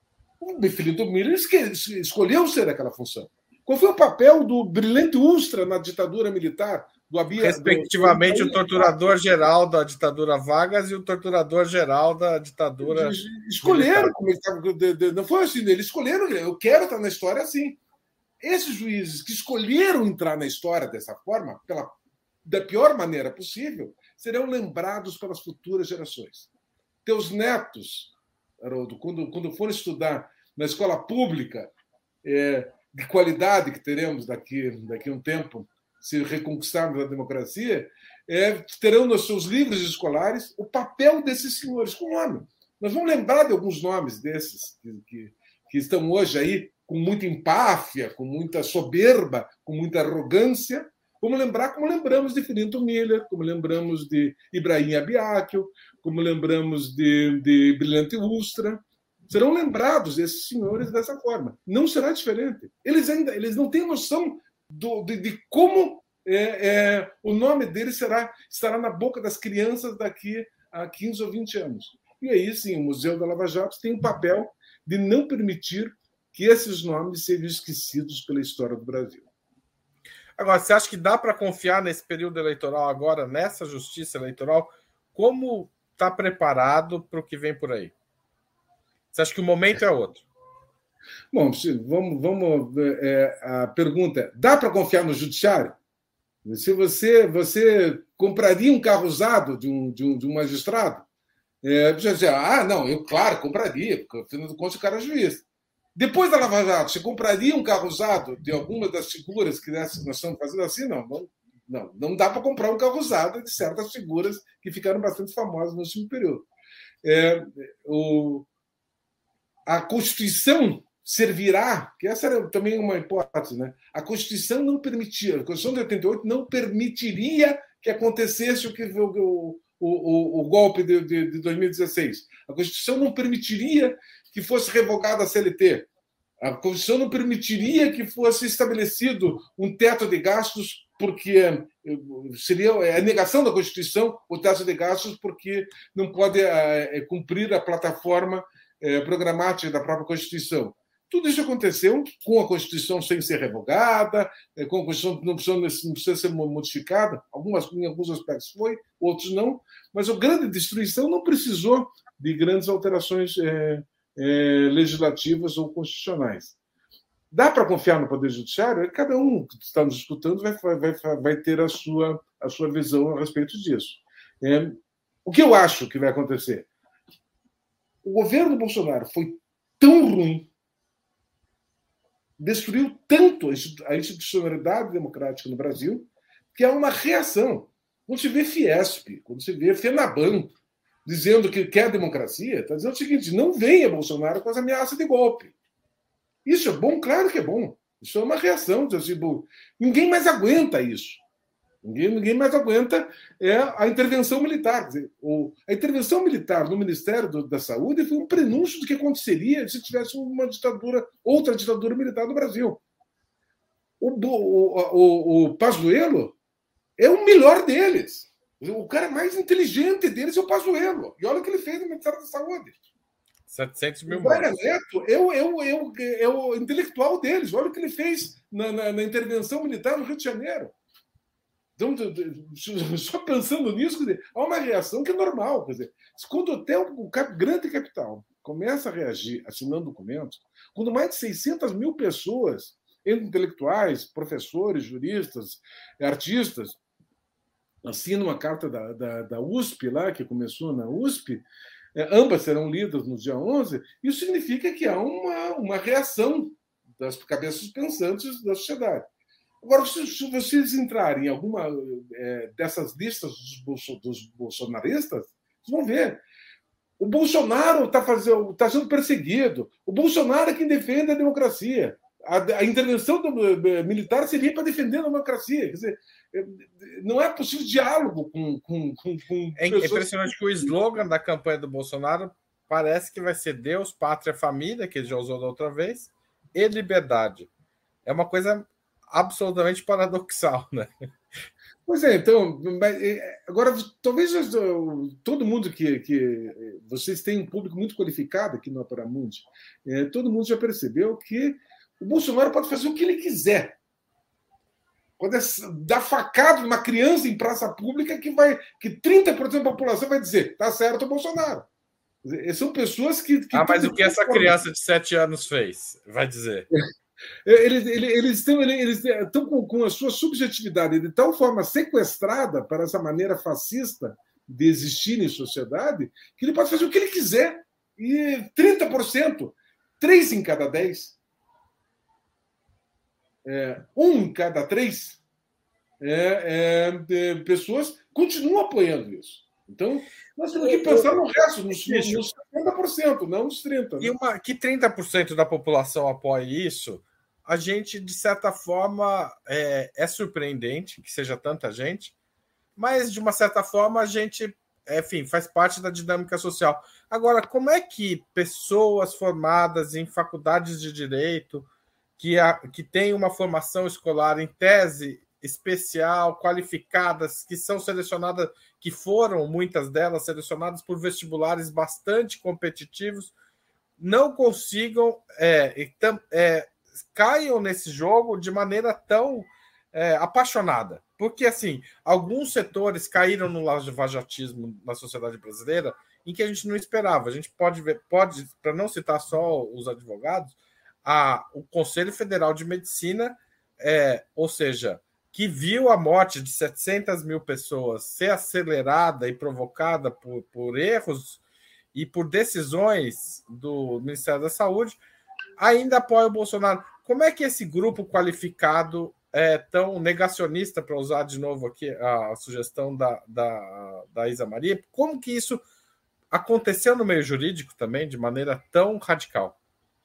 O Felinto Miller escolheu ser aquela função. Qual foi o papel do Brilhante Ustra na ditadura militar? Do Abia, Respectivamente, do... o torturador-geral da ditadura Vargas e o torturador-geral da ditadura escolheram, como ele, não foi assim, eles escolheram, eu quero estar na história assim. Esses juízes que escolheram entrar na história dessa forma, pela, da pior maneira possível, serão lembrados pelas futuras gerações. Teus netos, Haroldo, quando, quando forem estudar na escola pública, é, de qualidade que teremos daqui, daqui a um tempo, se reconquistarmos a democracia, é, terão nos seus livros escolares o papel desses senhores com nome. Nós vamos lembrar de alguns nomes desses que, que, que estão hoje aí com muita empáfia, com muita soberba, com muita arrogância. Vamos lembrar como lembramos de Felinto Miller, como lembramos de Ibrahim Abiaquil, como lembramos de, de Brilhante Ustra. Serão lembrados esses senhores dessa forma. Não será diferente. Eles ainda eles não têm noção do, de, de como é, é, o nome deles será, estará na boca das crianças daqui a quinze ou vinte anos. E aí, sim, o Museu da Lava Jato tem o papel de não permitir que esses nomes sejam esquecidos pela história do Brasil. Agora, você acha que dá para confiar nesse período eleitoral agora, nessa justiça eleitoral? Como está preparado para o que vem por aí? Você acha que o momento é outro? Bom, vamos. vamos é, a pergunta é: dá para confiar no judiciário? Se você, você compraria um carro usado de um, de um, de um magistrado, é, você dizer, ah, não, eu, claro, compraria, porque afinal de contas o cara é juiz. Depois da Lava Jato, você compraria um carro usado de alguma das figuras que nós estamos fazendo assim? Não, não, não, não dá para comprar um carro usado de certas figuras que ficaram bastante famosas no último período. É, o, a Constituição servirá, que essa era também uma hipótese, né? A Constituição não permitia, a Constituição de oitenta e oito não permitiria que acontecesse o, que, o, o, o, o golpe de, de, de dois mil e dezesseis. A Constituição não permitiria que fosse revogada a C L T. A Constituição não permitiria que fosse estabelecido um teto de gastos, porque seria a negação da Constituição o teto de gastos, porque não pode é, cumprir a plataforma é, programática da própria Constituição. Tudo isso aconteceu com a Constituição sem ser revogada, com a Constituição que não precisa, não precisa ser modificada. Algumas, em alguns aspectos foi, outros não. Mas a grande destruição não precisou de grandes alterações é, é, legislativas ou constitucionais. Dá para confiar no Poder Judiciário? Cada um que está nos escutando vai, vai, vai ter a sua, a sua visão a respeito disso. É, o que eu acho que vai acontecer? O governo Bolsonaro foi tão ruim, destruiu tanto a institucionalidade democrática no Brasil, que há uma reação. Quando se vê Fiesp, quando se vê FENABAN dizendo que quer democracia, está dizendo o seguinte: não venha Bolsonaro com as ameaças de golpe. Isso é bom? Claro que é bom. Isso é uma reação. Assim, bom, ninguém mais aguenta isso. Ninguém, ninguém mais aguenta é a intervenção militar. Quer dizer, o, a intervenção militar no Ministério do, da Saúde foi um prenúncio do que aconteceria se tivesse uma ditadura, outra ditadura militar no Brasil. O, o, o, o Pazuello é o melhor deles. O cara mais inteligente deles é o Pazuello. E olha o que ele fez no Ministério da Saúde. setecentos mil o Braga Neto é o, é, o, é, o, é o intelectual deles. Olha o que ele fez na, na, na intervenção militar no Rio de Janeiro. Então, só pensando nisso, quer dizer, há uma reação que é normal. Quer dizer, quando até o grande capital começa a reagir assinando documentos, quando mais de seiscentas mil pessoas, entre intelectuais, professores, juristas, artistas, assina uma carta da, da, da U S P, lá, que começou na U S P, é, ambas serão lidas no dia onze, isso significa que há uma, uma reação das cabeças pensantes da sociedade. Agora, se, se vocês entrarem em alguma é, dessas listas dos, bolso, dos bolsonaristas, vocês vão ver. O Bolsonaro está tá sendo perseguido. O Bolsonaro é quem defende a democracia. A, a intervenção do, do, militar seria para defender a democracia. Quer dizer, não é possível diálogo com, com, com, com É impressionante que o slogan da campanha do Bolsonaro parece que vai ser Deus, Pátria, Família, que ele já usou da outra vez, e liberdade. É uma coisa absolutamente paradoxal, né? Pois é, então, agora, talvez todo mundo que, que vocês têm um público muito qualificado aqui no Operamundi, é, todo mundo já percebeu que o Bolsonaro pode fazer o que ele quiser. Pode dar facada numa criança em praça pública que vai, que trinta por cento da população vai dizer, tá certo o Bolsonaro. São pessoas que... que ah, mas o que essa criança de sete anos fez? Vai dizer... Eles, eles estão, eles estão com, com a sua subjetividade de tal forma sequestrada para essa maneira fascista de existir em sociedade que ele pode fazer o que ele quiser. E trinta por cento, três em cada dez, é, um em cada três é, é, pessoas continuam apoiando isso. Então, nós temos que pensar no resto, nos, nos setenta por cento, não nos trinta por cento. Né? E uma, que trinta por cento da população apoie isso, a gente, de certa forma, é, é surpreendente que seja tanta gente, mas, de uma certa forma, a gente, enfim, faz parte da dinâmica social. Agora, como é que pessoas formadas em faculdades de direito, que, a, que têm uma formação escolar em tese especial, qualificadas, que são selecionadas, que foram, muitas delas, selecionadas por vestibulares bastante competitivos, não consigam, é, é, caiam nesse jogo de maneira tão é, apaixonada. Porque, assim, alguns setores caíram no lavajatismo na sociedade brasileira em que a gente não esperava. A gente pode ver, pode, para não citar só os advogados, a, o Conselho Federal de Medicina, é, ou seja, que viu a morte de setecentas mil pessoas ser acelerada e provocada por, por erros e por decisões do Ministério da Saúde, ainda apoia o Bolsonaro. Como é que esse grupo qualificado é tão negacionista, para usar de novo aqui a, a sugestão da, da, da Isa Maria, como que isso aconteceu no meio jurídico também, de maneira tão radical?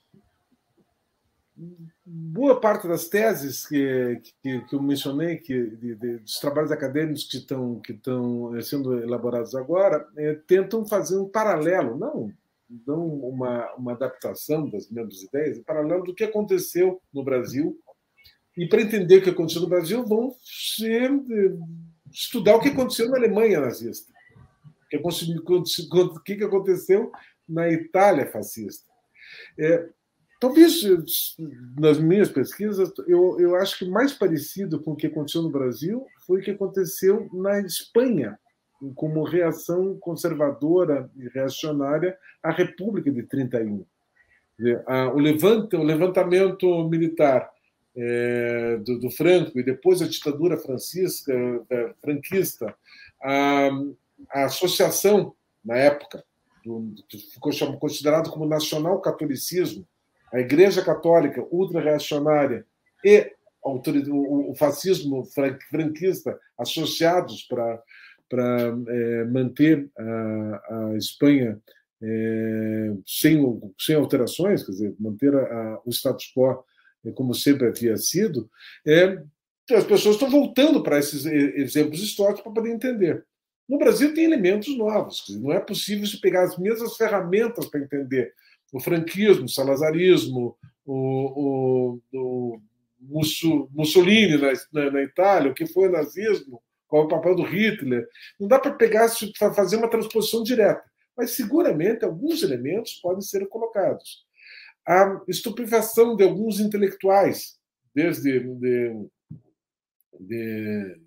Boa parte das teses que, que, que eu mencionei, que, de, de, dos trabalhos acadêmicos que estão, que estão sendo elaborados agora, é, tentam fazer um paralelo, não, não uma, uma adaptação das mesmas ideias, um paralelo do que aconteceu no Brasil. E para entender o que aconteceu no Brasil, vão ser, estudar o que aconteceu na Alemanha nazista, o que, que aconteceu na Itália fascista. É, Talvez, nas minhas pesquisas, eu, eu acho que mais parecido com o que aconteceu no Brasil foi o que aconteceu na Espanha, como reação conservadora e reacionária à República de trinta e um. O, levanta, o levantamento militar é, do, do Franco e depois a ditadura francisca, franquista, a, a associação, na época, do, ficou considerado como nacional-catolicismo, a Igreja Católica ultra-reacionária e o fascismo franquista associados para é, manter a, a Espanha é, sem, sem alterações, quer dizer, manter a, a, o status quo é, como sempre havia sido, é, as pessoas estão voltando para esses exemplos históricos para poder entender. No Brasil tem elementos novos, quer dizer, não é possível se pegar as mesmas ferramentas para entender o franquismo, o salazarismo, o, o, o Mussolini na, na, na Itália, o que foi o nazismo, qual é o papel do Hitler. Não dá para pegar, para fazer uma transposição direta, mas seguramente alguns elementos podem ser colocados. A estupefação de alguns intelectuais, desde de, de,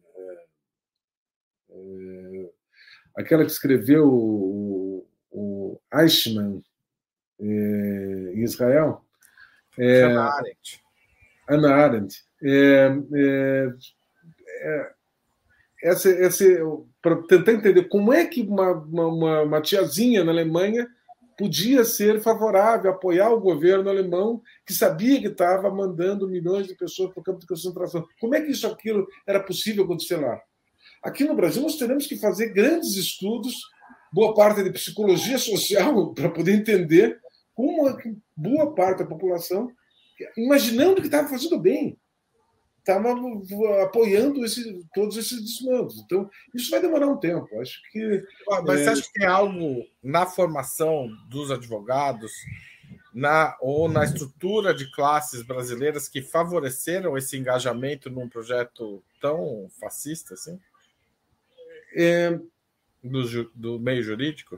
é, aquela que escreveu o, o Eichmann, em Israel, é, Hannah Arendt. Hannah Arendt. É, é, essa, essa, para tentar entender como é que uma, uma, uma tiazinha na Alemanha podia ser favorável, apoiar o governo alemão, que sabia que estava mandando milhões de pessoas para o campo de concentração. Como é que isso aquilo era possível acontecer lá? Aqui no Brasil, nós teremos que fazer grandes estudos, boa parte de psicologia social, para poder entender como boa parte da população, imaginando que estava fazendo bem, estava apoiando esse, todos esses desmandos. Então, isso vai demorar um tempo. Acho que. Mas é... você acha que tem algo na formação dos advogados, na, ou na estrutura de classes brasileiras que favoreceram esse engajamento num projeto tão fascista assim? É... Do, do meio jurídico?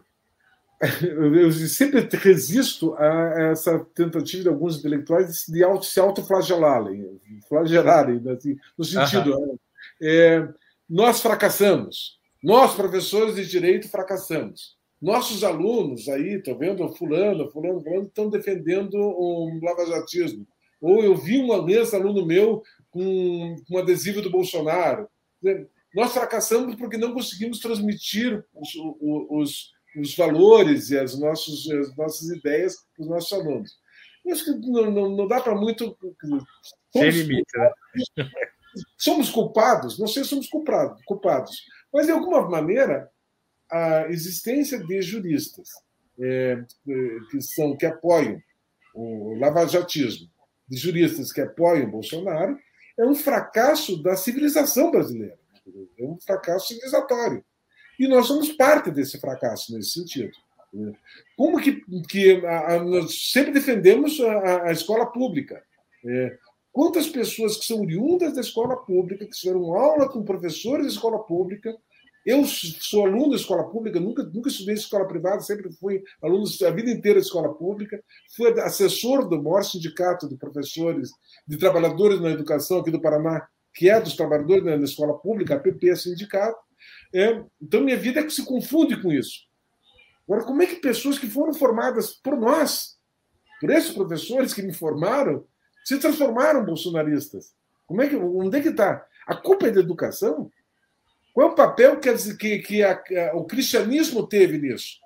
Eu sempre resisto a essa tentativa de alguns intelectuais de auto, se autoflagelarem, flagelarem, assim, no sentido, uhum. é, nós fracassamos, nós, professores de direito, fracassamos. Nossos alunos aí, estou vendo fulano, fulano, fulano, estão defendendo o lavajatismo. Ou eu vi um ex-aluno meu com um adesivo do Bolsonaro. Nós fracassamos porque não conseguimos transmitir os, os os valores e as nossas, as nossas ideias para os nossos alunos. Eu acho que não, não, não dá para muito... Sem limite, né? Somos culpados? Não sei se somos culpados, culpados, mas, de alguma maneira, a existência de juristas é, que, são, que apoiam o lavajatismo, de juristas que apoiam Bolsonaro, é um fracasso da civilização brasileira. É um fracasso civilizatório. E nós somos parte desse fracasso nesse sentido. Como que, que a, a, nós sempre defendemos a, a escola pública? É, quantas pessoas que são oriundas da escola pública, que tiveram aula com professores da escola pública? Eu sou aluno da escola pública, nunca, nunca estudei em escola privada, sempre fui aluno a vida inteira da escola pública, fui assessor do maior sindicato de professores, de trabalhadores na educação aqui do Paraná, que é dos trabalhadores na escola pública, a P P Sindicato. É, então, minha vida se confunde com isso. Agora, como é que pessoas que foram formadas por nós, por esses professores que me formaram, se transformaram bolsonaristas? Como é que, onde é que está? A culpa é da educação? Qual é o papel que, que, que a, a, o cristianismo teve nisso?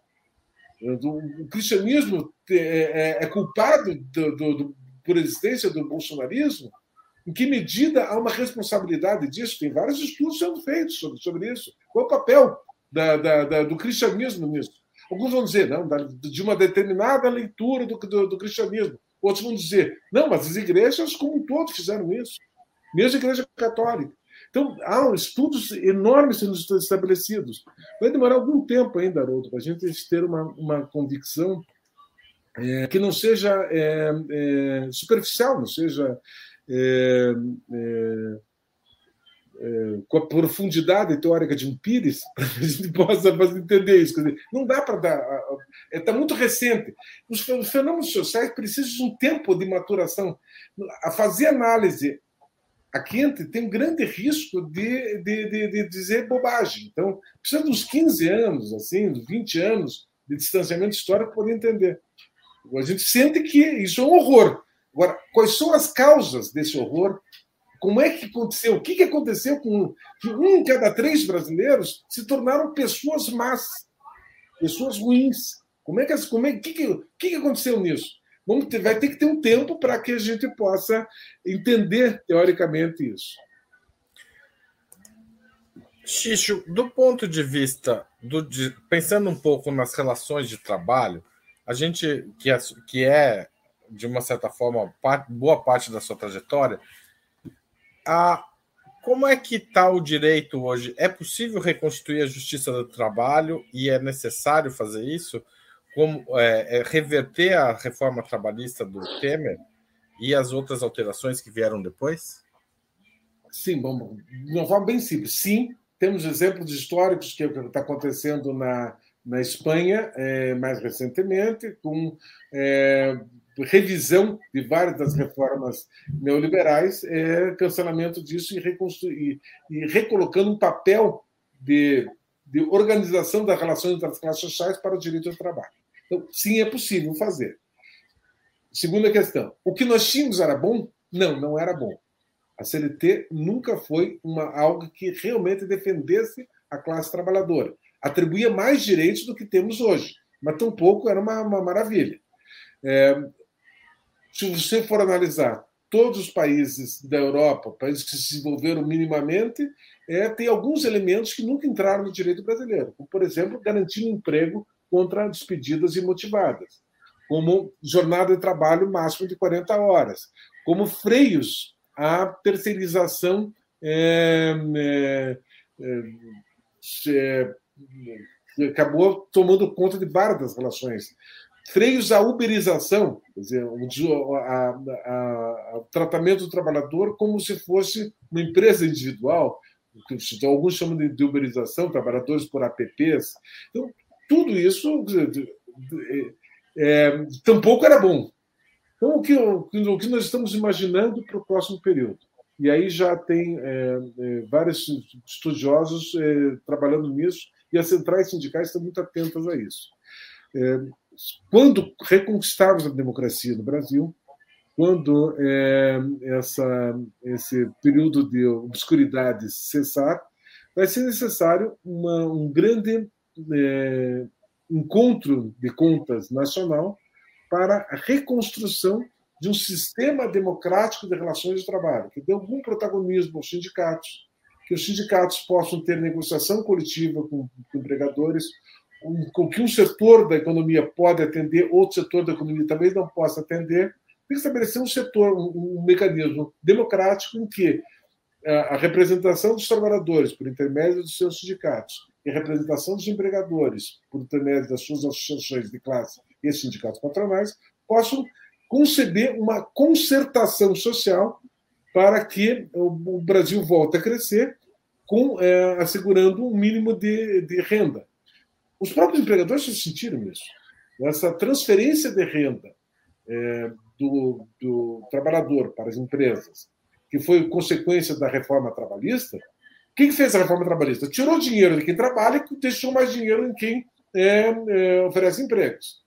O, o cristianismo é, é culpado do, do, do, por existência do bolsonarismo? Em que medida há uma responsabilidade disso? Tem vários estudos sendo feitos sobre, sobre isso. Qual é o papel da, da, da, do cristianismo nisso? Alguns vão dizer, não, de uma determinada leitura do, do, do cristianismo. Outros vão dizer, não, mas as igrejas como um todo fizeram isso. Mesmo a Igreja Católica. Então, há estudos enormes sendo estabelecidos. Vai demorar algum tempo ainda, Haroldo, para a gente ter uma, uma convicção é, que não seja é, é, superficial, não seja... É, é, é, com a profundidade teórica de um Pires, para a gente possa entender isso. Quer dizer, não dá para dar. Está muito recente. Os fenômenos sociais precisam de um tempo de maturação. A fazer análise a quente tem um grande risco de, de, de, de dizer bobagem. Então, precisa de uns quinze anos, assim, vinte anos de distanciamento histórico para poder entender. A gente sente que isso é um horror. Agora, quais são as causas desse horror? Como é que aconteceu? O que aconteceu com que um em cada três brasileiros se tornaram pessoas más, pessoas ruins? Como é que, como é, que, que, que aconteceu nisso? Vamos ter, vai ter que ter um tempo para que a gente possa entender teoricamente isso. Xixo, do ponto de vista, do, de, pensando um pouco nas relações de trabalho, a gente, que é, que é de uma certa forma, parte, boa parte da sua trajetória, a, como é que está o direito hoje? É possível reconstituir a justiça do trabalho e é necessário fazer isso? Como é, é, reverter a reforma trabalhista do Temer e as outras alterações que vieram depois? Sim, bom, de uma forma bem simples. Sim, temos exemplos históricos que está acontecendo na, na Espanha, é, mais recentemente, com é, revisão de várias das reformas neoliberais, é, cancelamento disso e, reconstruir, e recolocando um papel de, de organização das relações entre as classes sociais para o direito ao trabalho. Então, sim, é possível fazer. Segunda questão. O que nós tínhamos era bom? Não, não era bom. A C L T nunca foi uma, algo que realmente defendesse a classe trabalhadora. Atribuía mais direitos do que temos hoje, mas tampouco era uma, uma maravilha. É, se você for analisar todos os países da Europa, países que se desenvolveram minimamente, é, tem alguns elementos que nunca entraram no direito brasileiro, como, por exemplo, garantir um emprego contra despedidas imotivadas, como jornada de trabalho máximo de quarenta horas, como freios à terceirização é, é, é, é, acabou tomando conta de várias das relações. Freios à uberização, quer dizer, o, a, a, a, o tratamento do trabalhador como se fosse uma empresa individual, que alguns chamam de, de uberização, trabalhadores por apps. Então, tudo isso é, tampouco era bom. Então, o que, o que nós estamos imaginando para o próximo período? E aí já tem é, é, vários estudiosos é, trabalhando nisso, e as centrais sindicais estão muito atentas a isso. É, quando reconquistarmos a democracia no Brasil, quando é, essa, esse período de obscuridade cessar, vai ser necessário uma, um grande é, encontro de contas nacional para a reconstrução de um sistema democrático de relações de trabalho, que dê algum protagonismo aos sindicatos, que os sindicatos possam ter negociação coletiva com, com empregadores, com que um setor da economia pode atender, outro setor da economia também não possa atender. Tem que estabelecer um setor, um, um mecanismo democrático em que a, a representação dos trabalhadores, por intermédio dos seus sindicatos, e a representação dos empregadores, por intermédio das suas associações de classe e sindicatos patronais, possam conceber uma concertação social para que o, o Brasil volte a crescer, com, é, assegurando um mínimo de, de renda. Os próprios empregadores se sentiram nisso. Essa transferência de renda é, do, do trabalhador para as empresas, que foi consequência da reforma trabalhista. Quem fez a reforma trabalhista? Tirou dinheiro de quem trabalha e deixou mais dinheiro em quem é, é, oferece empregos.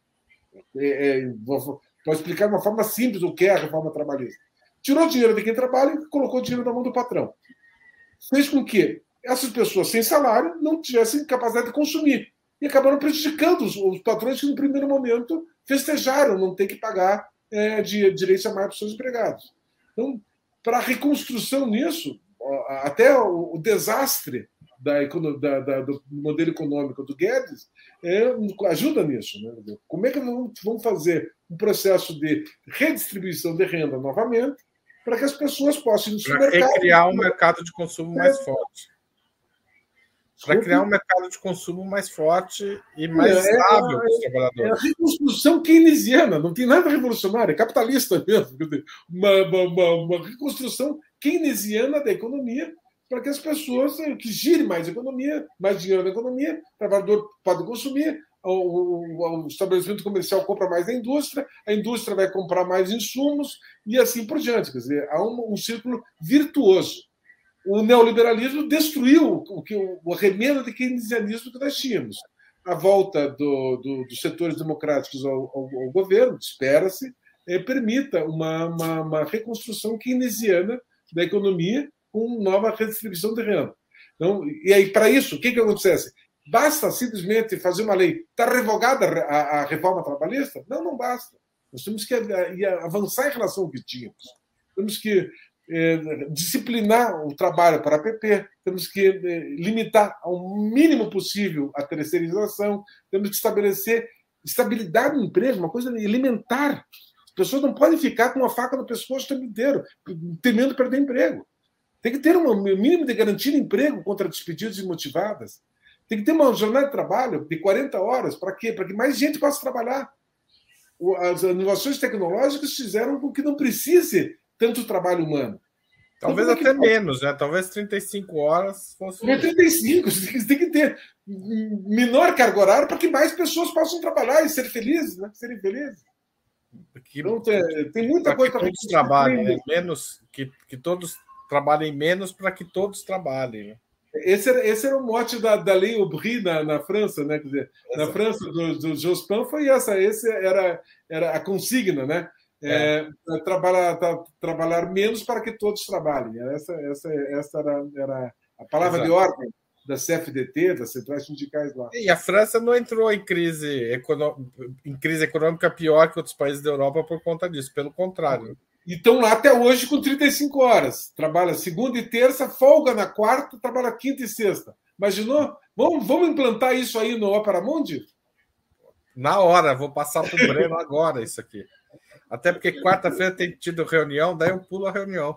É, é, vou, vou explicar de uma forma simples o que é a reforma trabalhista. Tirou dinheiro de quem trabalha e colocou dinheiro na mão do patrão. Fez com que essas pessoas sem salário não tivessem capacidade de consumir. E acabaram prejudicando os, os patrões que, no primeiro momento, festejaram não ter que pagar é, de, direitos a mais para os seus empregados. Então, para a reconstrução nisso, até o, o desastre da, da, da, do modelo econômico do Guedes é, ajuda nisso. Né? Como é que vamos fazer um processo de redistribuição de renda novamente para que as pessoas possam ir no supermercado... Para criar um mercado de consumo mais é. forte. Para criar um mercado de consumo mais forte e mais é, estável para os trabalhadores. É a reconstrução keynesiana, não tem nada revolucionário, é capitalista mesmo. Uma, uma, uma reconstrução keynesiana da economia para que as pessoas, que gire mais a economia, mais dinheiro na economia, o trabalhador pode consumir, o, o, o estabelecimento comercial compra mais da indústria, a indústria vai comprar mais insumos e assim por diante. Quer dizer, há um, um círculo virtuoso. O neoliberalismo destruiu o, que, o remendo de keynesianismo que nós tínhamos. A volta do, do, dos setores democráticos ao, ao, ao governo, espera-se, é, permita uma, uma, uma reconstrução keynesiana da economia com nova redistribuição de renda. Então, e aí, para isso, o que, que acontece? Basta simplesmente fazer uma lei. Está revogada a, a reforma trabalhista? Não, não basta. Nós temos que avançar em relação ao que tínhamos. Temos que É, disciplinar o trabalho para a P P, temos que é, limitar ao mínimo possível a terceirização, temos que estabelecer estabilidade no emprego, uma coisa elementar. As pessoas não podem ficar com a faca no pescoço o tempo inteiro, temendo perder emprego. Tem que ter um mínimo de garantia de emprego contra despedidas imotivadas. Tem que ter uma jornada de trabalho de quarenta horas. Para quê? Para que mais gente possa trabalhar. As inovações tecnológicas fizeram com que não precise tanto trabalho humano. Talvez então, até que... menos, né? Talvez trinta e cinco horas fosse. trinta e cinco, você tem que ter menor carga horária para que mais pessoas possam trabalhar e ser felizes, né? Serem felizes. Que... Então, tem, tem muita coisa para que todos trabalhem, né? menos que, que todos trabalhem menos para que todos trabalhem. Né? Esse era, esse era o mote da, da lei Aubry na, na França, né? Quer dizer, na França do, do Jospin foi essa, esse era, era a consigna, né? é, é. trabalhar, tra, trabalhar menos para que todos trabalhem. Essa, essa, essa era, era a palavra Exato. de ordem da C F D T, das centrais sindicais lá. E a França não entrou em crise, econômica, em crise econômica pior que outros países da Europa por conta disso, pelo contrário. E estão lá até hoje com trinta e cinco horas. Trabalha segunda e terça, folga na quarta, trabalha quinta e sexta. Imaginou? Vamos, vamos implantar isso aí no Opera Mundi? Na hora, vou passar para o Breno agora isso aqui. Até porque quarta-feira tem tido reunião, daí eu pulo a reunião.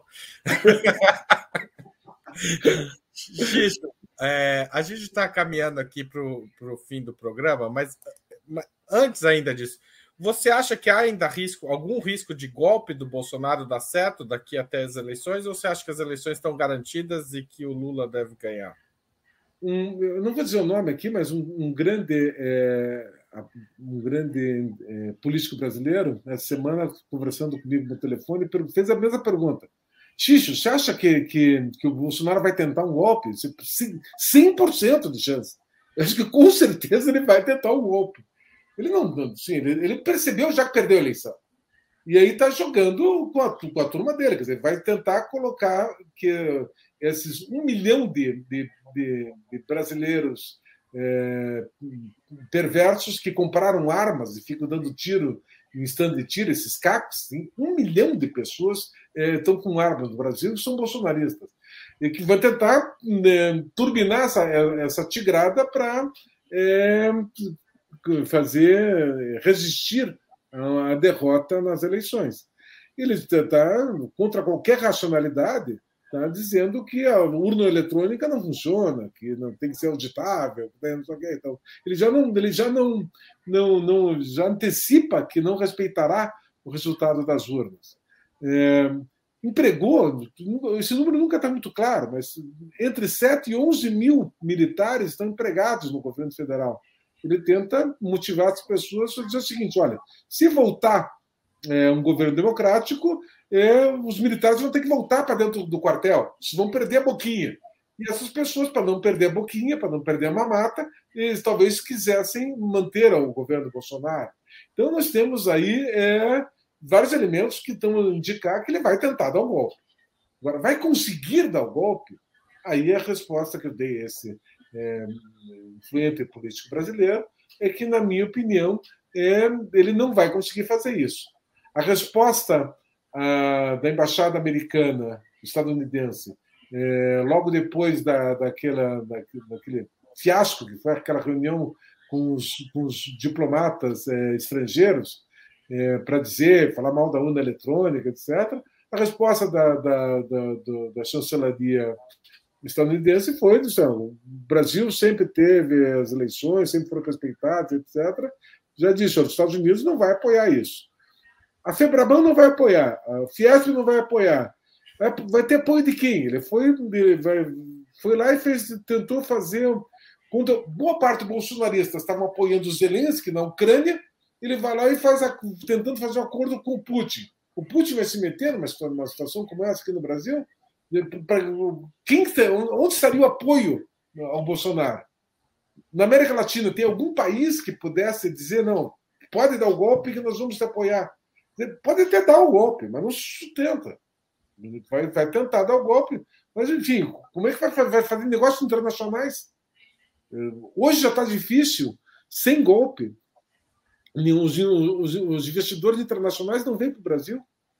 Xixo, é, a gente está caminhando aqui para o fim do programa, mas, mas antes ainda disso, você acha que há ainda risco, algum risco de golpe do Bolsonaro dar certo daqui até as eleições, ou você acha que as eleições estão garantidas e que o Lula deve ganhar? Um, eu não vou dizer o nome aqui, mas um, um grande, é, um grande é, político brasileiro, essa semana, conversando comigo no telefone, fez a mesma pergunta. Xixo, você acha que, que, que o Bolsonaro vai tentar um golpe? cem por cento de chance. Eu acho que com certeza ele vai tentar um golpe. Ele não, sim, ele percebeu já que perdeu a eleição. E aí está jogando com a, com a turma dele. Quer dizer, vai tentar colocar que esses um milhão de, de, de, de brasileiros é, perversos que compraram armas e ficam dando tiro em stand de tiro, esses cacos, um milhão de pessoas é, estão com armas no Brasil e são bolsonaristas. E que vai tentar né, turbinar essa, essa tigrada para é, fazer resistir à derrota nas eleições. Ele está, contra qualquer racionalidade, está dizendo que a urna eletrônica não funciona, que não tem que ser auditável, não sei o quê. Então, ele já não, ele já não, não, não já antecipa que não respeitará o resultado das urnas. É, empregou, esse número nunca está muito claro, mas entre sete e onze mil militares estão empregados no governo federal. Ele tenta motivar as pessoas a dizer o seguinte: olha, se voltar é, um governo democrático, é, os militares vão ter que voltar para dentro do quartel, vão perder a boquinha. E essas pessoas, para não perder a boquinha, para não perder a mamata, eles talvez quisessem manter o governo Bolsonaro. Então, nós temos aí é, vários elementos que estão a indicar que ele vai tentar dar um golpe. Agora, vai conseguir dar o golpe? Aí a resposta que eu dei a esse é, influente político brasileiro é que, na minha opinião, é, ele não vai conseguir fazer isso. A resposta a, da embaixada americana, estadunidense, é, logo depois da, daquela, da, daquele fiasco, que foi aquela reunião com os, com os diplomatas é, estrangeiros, é, para dizer, falar mal da urna eletrônica, etcétera, a resposta da, da, da, da chancelaria estadunidense foi: o Brasil sempre teve as eleições, sempre foram respeitadas, etcétera. Já disse, os Estados Unidos não vai apoiar isso. A FEBRABAN não vai apoiar, a Fiesp não vai apoiar. Vai, vai ter apoio de quem? Ele foi, ele vai, foi lá e fez, tentou fazer... Quando boa parte dos bolsonaristas estavam apoiando o Zelensky na Ucrânia, ele vai lá e faz a, tentando fazer um acordo com o Putin. O Putin vai se meter numa, numa situação como essa aqui no Brasil? Quem, onde estaria o apoio ao Bolsonaro? Na América Latina, tem algum país que pudesse dizer: não, pode dar o golpe que nós vamos te apoiar? Pode até dar o golpe, mas não sustenta. Vai, vai tentar dar o golpe, mas, enfim, como é que vai, vai fazer negócios internacionais? Hoje já está difícil, sem golpe. Os, os, os investidores internacionais não vêm para o Brasil.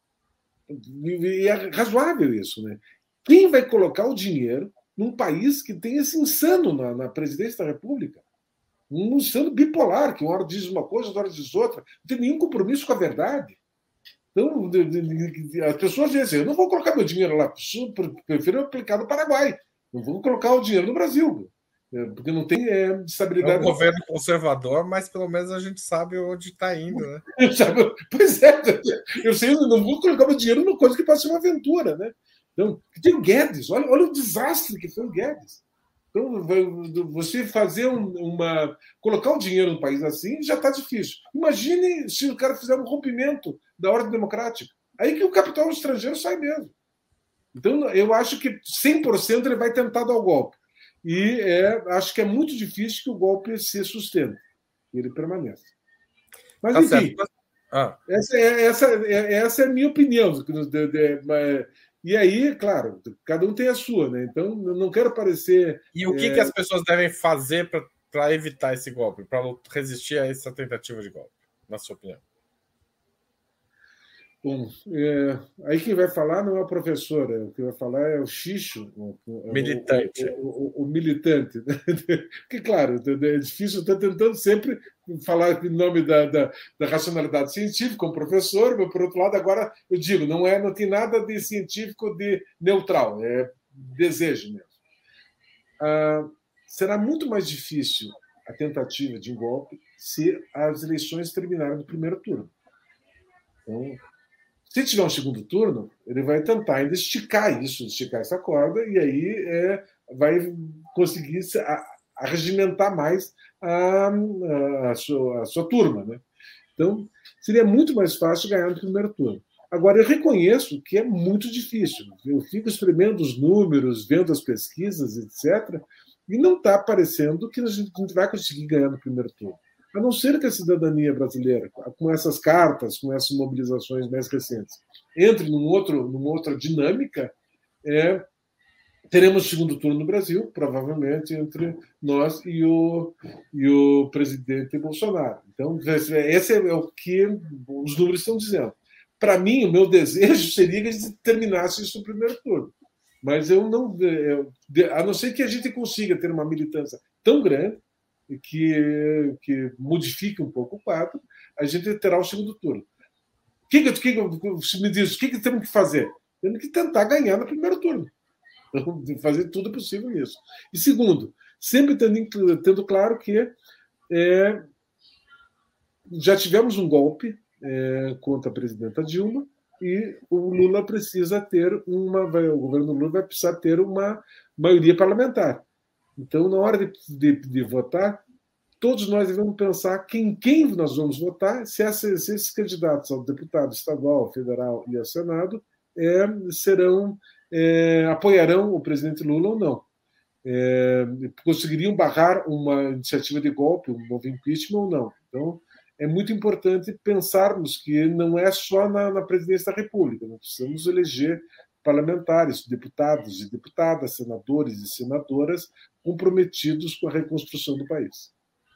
E é razoável isso, né? Quem vai colocar o dinheiro num país que tem esse insano na, na presidência da República? Um insano bipolar, que uma hora diz uma coisa, outra hora diz outra. Não tem nenhum compromisso com a verdade. Então, de, de, de, as pessoas dizem assim: eu não vou colocar meu dinheiro lá, prefiro aplicar no Paraguai. Não vou colocar o dinheiro no Brasil, porque não tem é, estabilidade. É um governo conservador, mas pelo menos a gente sabe onde está indo, né? Pois é, eu sei, eu não vou colocar meu dinheiro numa coisa que pode ser uma aventura, né? Então, tem o Guedes, olha, olha o desastre que foi o Guedes. Então, você fazer uma. Colocar o dinheiro num país assim já está difícil. Imagine se o cara fizer um rompimento da ordem democrática. Aí que o capital estrangeiro sai mesmo. Então, eu acho que cem por cento ele vai tentar dar o golpe. E é, acho que é muito difícil que o golpe se sustente. Ele permaneça. Mas, tá enfim, certo. Ah. Essa, é, essa, é, essa é a minha opinião. E aí, claro, cada um tem a sua, né? Então, eu não quero parecer. E o que, é... que as pessoas devem fazer para evitar esse golpe, para resistir a essa tentativa de golpe, na sua opinião? Bom, é, aí quem vai falar não é o professor, é, o que vai falar é o Xixo, o, militante. O, o, o, o militante. Porque, claro, é difícil, estou tentando sempre falar em nome da, da, da racionalidade científica, como professor, mas, por outro lado, agora eu digo, não, é, não tem nada de científico de neutral, é desejo mesmo. Ah, será muito mais difícil a tentativa de um golpe se as eleições terminarem no primeiro turno. Então, se tiver um segundo turno, ele vai tentar ainda esticar isso, esticar essa corda, e aí é, vai conseguir arregimentar mais a, a, a, sua, a sua turma. Né? Então, seria muito mais fácil ganhar no primeiro turno. Agora, eu reconheço que é muito difícil. Eu fico espremendo os números, vendo as pesquisas, etcétera, e não está parecendo que a gente vai conseguir ganhar no primeiro turno. A não ser que a cidadania brasileira, com essas cartas, com essas mobilizações mais recentes, entre num outro, numa outra dinâmica, é, teremos segundo turno no Brasil, provavelmente entre nós e o, e o presidente Bolsonaro. Então, esse é o que os números estão dizendo. Para mim, o meu desejo seria que a gente terminasse isso no primeiro turno. Mas eu não. Eu, a não ser que a gente consiga ter uma militância tão grande que, que modifique um pouco o quadro, a gente terá o segundo turno. O que, que, que me diz, o que, que temos que fazer? Temos que tentar ganhar no primeiro turno. Então, fazer tudo possível nisso. E segundo, sempre tendo, tendo claro que é, já tivemos um golpe é, contra a presidenta Dilma e o Lula precisa ter uma. Vai, o governo Lula vai precisar ter uma maioria parlamentar. Então, na hora de, de, de votar, todos nós devemos pensar quem, quem nós vamos votar, se, essa, se esses candidatos ao deputado estadual, federal e ao Senado é, serão, é, apoiarão o presidente Lula ou não. É, conseguiriam barrar uma iniciativa de golpe, um novo impeachment ou não. Então, é muito importante pensarmos que não é só na, na presidência da República, nós precisamos eleger parlamentares, deputados e deputadas, senadores e senadoras comprometidos com a reconstrução do país.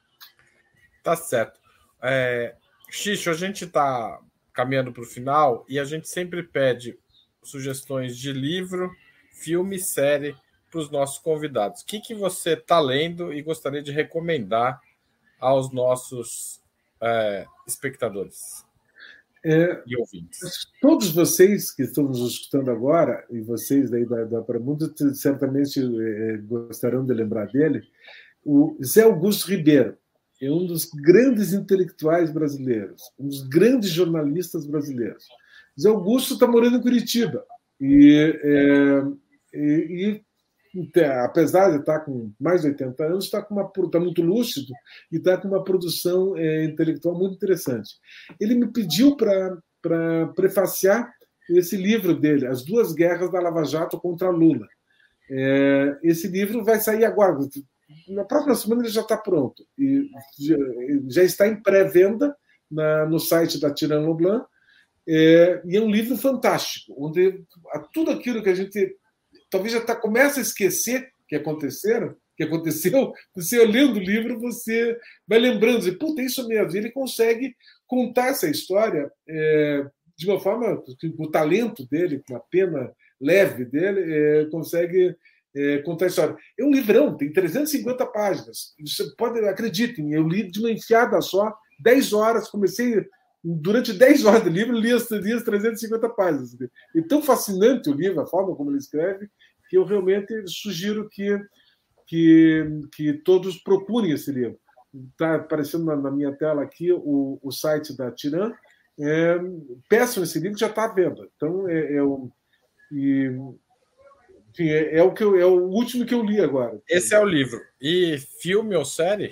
Tá certo. É, Xixo, a gente está caminhando para o final e a gente sempre pede sugestões de livro, filme, série para os nossos convidados. O que, que você está lendo e gostaria de recomendar aos nossos é, espectadores? É, e ouvintes. Todos vocês que estão nos escutando agora, e vocês daí da, da Paramundo, certamente é, gostarão de lembrar dele, o Zé Augusto Ribeiro é um dos grandes intelectuais brasileiros, um dos grandes jornalistas brasileiros. Zé Augusto está morando em Curitiba e, é, e, e apesar de estar com mais de oitenta anos, está com uma, está muito lúcido e está com uma produção é, intelectual muito interessante. Ele me pediu para para prefaciar esse livro dele, As Duas Guerras da Lava Jato contra Lula. É, esse livro vai sair agora. Na próxima semana ele já está pronto. E já, já está em pré-venda na, no site da Tirant Leblanc. É, e é um livro fantástico, onde tudo aquilo que a gente talvez já tá, começa a esquecer que aconteceram, que aconteceu, você lendo o livro, você vai lembrando, e, puta, isso é minha vida, e consegue contar essa história é, de uma forma, o talento dele, com a pena leve dele, é, consegue é, contar a história. É um livrão, tem trezentas e cinquenta páginas. Você pode, acreditem, eu li de uma enfiada só, dez horas, comecei, durante dez horas de livro, li as, li as trezentas e cinquenta páginas. É tão fascinante o livro, a forma como ele escreve, que eu realmente sugiro que, que, que todos procurem esse livro. Está aparecendo na, na minha tela aqui o, o site da Tirant. É, peçam esse livro, já está à venda. Então, é, é, o, e, enfim, é, é, o que eu, é o último que eu li agora. Esse é o livro. E filme ou série?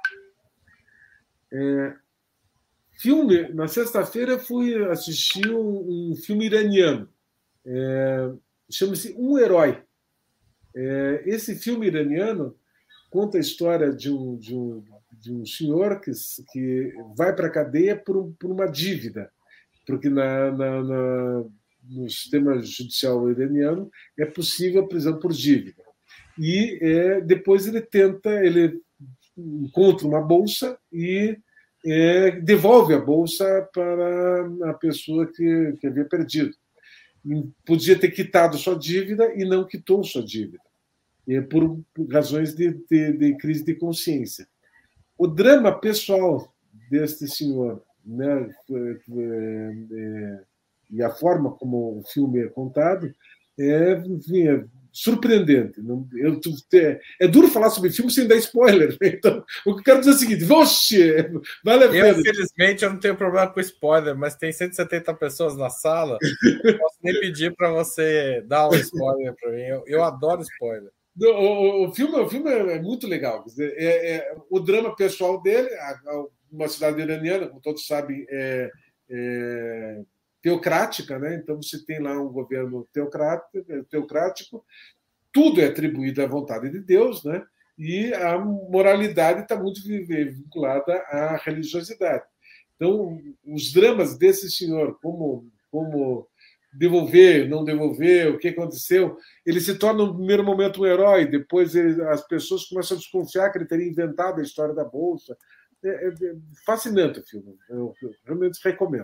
É, filme, na sexta-feira fui assistir um, um filme iraniano. É, chama-se Um Herói. É, esse filme iraniano conta a história de um, de um, de um senhor que, que vai para a cadeia por, por uma dívida, porque na, na, na, no sistema judicial iraniano é possível a prisão por dívida. E é, depois ele tenta, ele encontra uma bolsa e é, devolve a bolsa para a pessoa que, que havia perdido. E podia ter quitado sua dívida e não quitou sua dívida, é, por, por razões de, de, de crise de consciência. O drama pessoal deste senhor, né, é, é, e a forma como o filme é contado é, enfim, é surpreendente. Não, eu, é, é duro falar sobre filme sem dar spoiler. Então, o que eu quero dizer é o seguinte: Oxe, vale a pena. Eu, infelizmente, eu não tenho problema com spoiler, mas tem cento e setenta pessoas na sala. Não posso nem pedir para você dar um spoiler para mim. Eu, eu adoro spoiler. O, o, o, filme, o filme é muito legal. Quer dizer, é, é, o drama pessoal dele, a, a, uma cidade iraniana, como todos sabem, é, é teocrática, né? Então você tem lá um governo teocrático, teocrático, tudo é atribuído à vontade de Deus, né? E a moralidade está muito vinculada à religiosidade. Então, os dramas desse senhor, como, como devolver, não devolver, o que aconteceu, ele se torna, no primeiro momento, um herói, depois ele, as pessoas começam a desconfiar que ele teria inventado a história da Bolsa. É, é fascinante o filme, eu, eu realmente recomendo.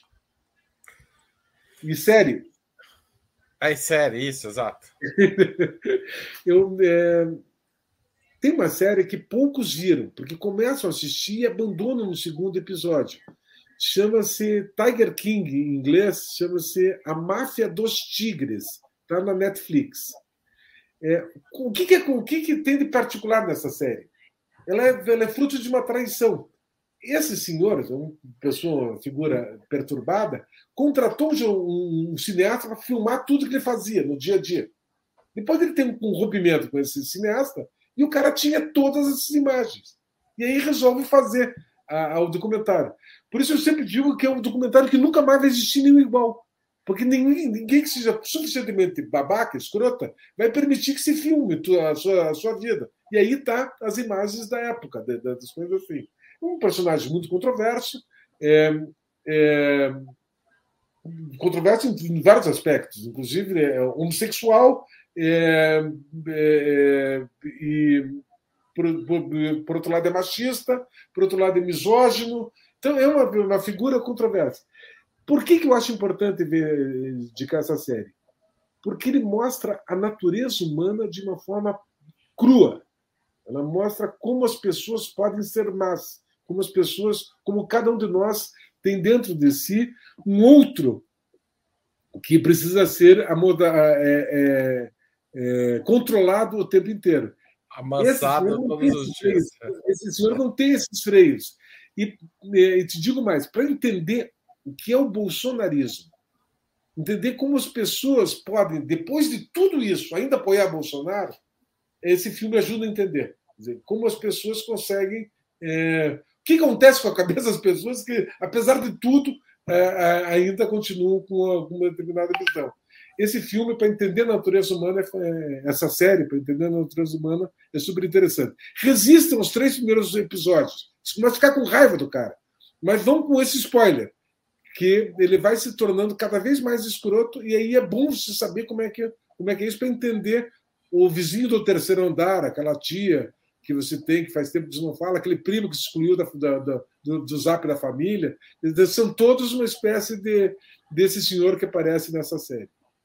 E série? É série, isso, exato. eu, é, tem uma série que poucos viram, porque começam a assistir e abandonam no segundo episódio. Chama-se Tiger King, em inglês, chama-se A Máfia dos Tigres. Está na Netflix. É, o que, que, é, o que, que tem de particular nessa série? Ela é, ela é fruto de uma traição. Esse senhor, uma pessoa, uma figura perturbada, contratou um, um cineasta para filmar tudo que ele fazia no dia a dia. Depois ele tem um rompimento com esse cineasta e o cara tinha todas essas imagens. E aí resolve fazer a, a, o documentário. Por isso eu sempre digo que é um documentário que nunca mais vai existir nenhum igual. Porque ninguém, ninguém que seja suficientemente babaca, escrota, vai permitir que se filme a sua, a sua vida. E aí tá as imagens da época, das coisas assim. Um personagem muito controverso, é, é, controverso em vários aspectos, inclusive é homossexual, é, é, e por, por, por outro lado é machista, por outro lado é misógino. Então é uma, uma figura controversa. Por que, que eu acho importante ver, dedicar essa série? Porque ele mostra a natureza humana de uma forma crua. Ela mostra como as pessoas podem ser más, como as pessoas, como cada um de nós tem dentro de si um outro que precisa ser amoda, é, é, é, controlado o tempo inteiro. Amassado todos os dias. Esse senhor não tem esses freios. E, e te digo mais, para entender o que é o bolsonarismo, entender como as pessoas podem, depois de tudo isso, ainda apoiar Bolsonaro, esse filme ajuda a entender. Quer dizer, como as pessoas conseguem... É, o que acontece com a cabeça das pessoas que, apesar de tudo, é, ainda continuam com alguma determinada visão. Esse filme, para entender a natureza humana, é, essa série, para entender a natureza humana, é super interessante. Resistam aos três primeiros episódios. Você começa a ficar com raiva do cara. Mas vão com esse spoiler, que ele vai se tornando cada vez mais escroto, e aí é bom você saber como é que, como é, que é isso, para entender o vizinho do terceiro andar, aquela tia que você tem, que faz tempo que você não fala, aquele primo que se excluiu da, da, da, do, do zap da família. São todos uma espécie de, desse senhor que aparece nessa série.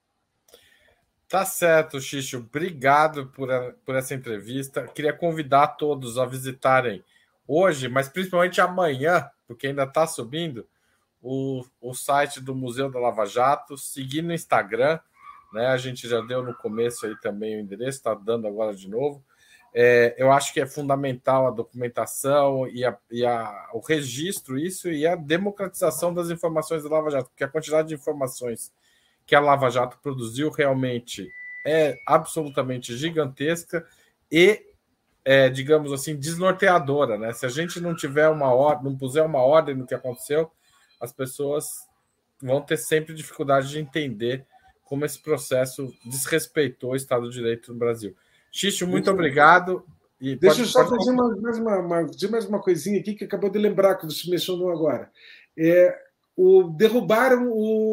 Tá certo, Xixo. Obrigado por, a, por essa entrevista. Queria convidar todos a visitarem hoje, mas principalmente amanhã, porque ainda está subindo, o, o site do Museu da Lava Jato, seguir no Instagram, né? A gente já deu no começo aí também o endereço, está dando agora de novo. É, eu acho que é fundamental a documentação e, a, e a, o registro, isso, e a democratização das informações da Lava Jato, porque a quantidade de informações que a Lava Jato produziu realmente é absolutamente gigantesca e, é, digamos assim, desnorteadora, né? Se a gente não tiver uma ordem, não puser uma ordem no que aconteceu, as pessoas vão ter sempre dificuldade de entender como esse processo desrespeitou o Estado de Direito no Brasil. Xixo, muito obrigado. E Deixa pode, eu só pode... fazer uma, mais, uma, uma, dizer mais uma coisinha aqui que acabou de lembrar, que você mencionou agora. É, o, derrubaram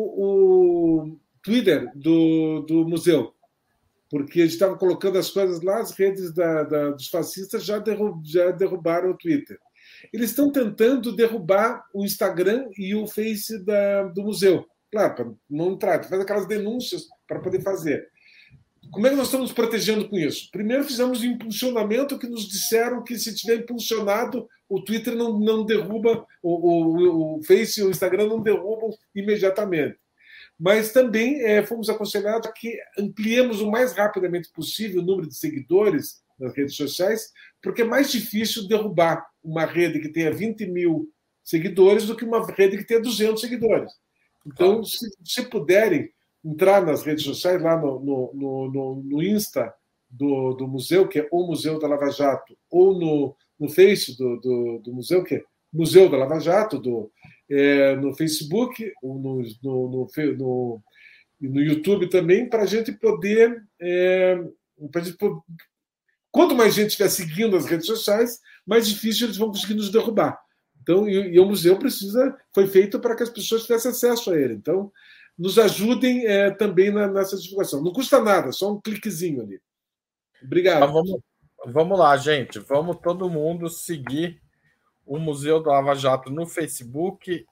o, o Twitter do, do museu, porque eles estavam colocando as coisas lá, as redes da, da, dos fascistas já, derru, já derrubaram o Twitter. Eles estão tentando derrubar o Instagram e o Face da, do museu. Claro, para não entrar, faz aquelas denúncias para poder fazer. Como é que nós estamos nos protegendo com isso? Primeiro, fizemos um impulsionamento que nos disseram que, se tiver impulsionado, o Twitter não, não derruba, o, o, o Face e o Instagram não derrubam imediatamente. Mas também é, fomos aconselhados a que ampliemos o mais rapidamente possível o número de seguidores nas redes sociais, porque é mais difícil derrubar uma rede que tenha vinte mil seguidores do que uma rede que tenha duzentos seguidores. Então, ah. se, se puderem entrar nas redes sociais, lá no, no, no, no Insta do, do museu, que é o Museu da Lava Jato, ou no, no Face do, do, do museu, que é Museu da Lava Jato, do, é, no Facebook, ou no, no, no, no, no YouTube também, para a gente poder... É, pra gente poder quanto mais gente estiver seguindo as redes sociais, mais difícil eles vão conseguir nos derrubar. Então, e, e o museu precisa, foi feito para que as pessoas tivessem acesso a ele. Então, nos ajudem é, também na, nessa divulgação. Não custa nada, só um cliquezinho ali. Obrigado. Então, vamos, vamos lá, gente. Vamos todo mundo seguir o Museu do Lava Jato no Facebook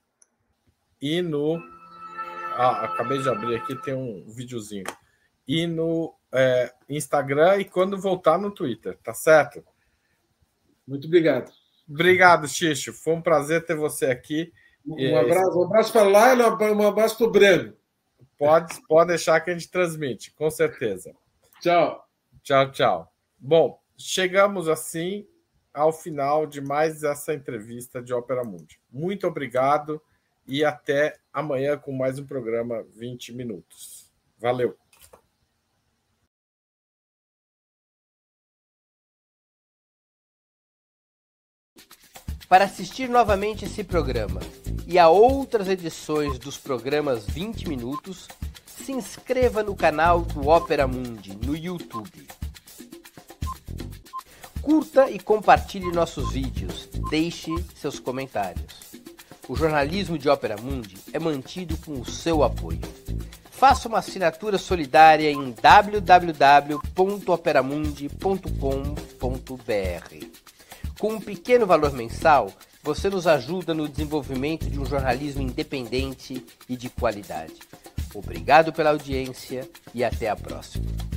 e no... Ah, acabei de abrir aqui, tem um videozinho. E no é, Instagram e quando voltar no Twitter, tá certo? Muito obrigado. Obrigado, Xixo. Foi um prazer ter você aqui. Um abraço, um abraço para lá e um abraço para o Breno. Pode, pode deixar que a gente transmite, com certeza. Tchau. Tchau, tchau. Bom, chegamos assim ao final de mais essa entrevista de Ópera Mundi. Muito obrigado e até amanhã com mais um programa vinte minutos. Valeu. Para assistir novamente esse programa e a outras edições dos programas vinte minutos, se inscreva no canal do Ópera Mundi no YouTube. Curta e compartilhe nossos vídeos, deixe seus comentários. O jornalismo de Ópera Mundi é mantido com o seu apoio. Faça uma assinatura solidária em w w w ponto operamundi ponto com ponto b r. Com um pequeno valor mensal, você nos ajuda no desenvolvimento de um jornalismo independente e de qualidade. Obrigado pela audiência e até a próxima.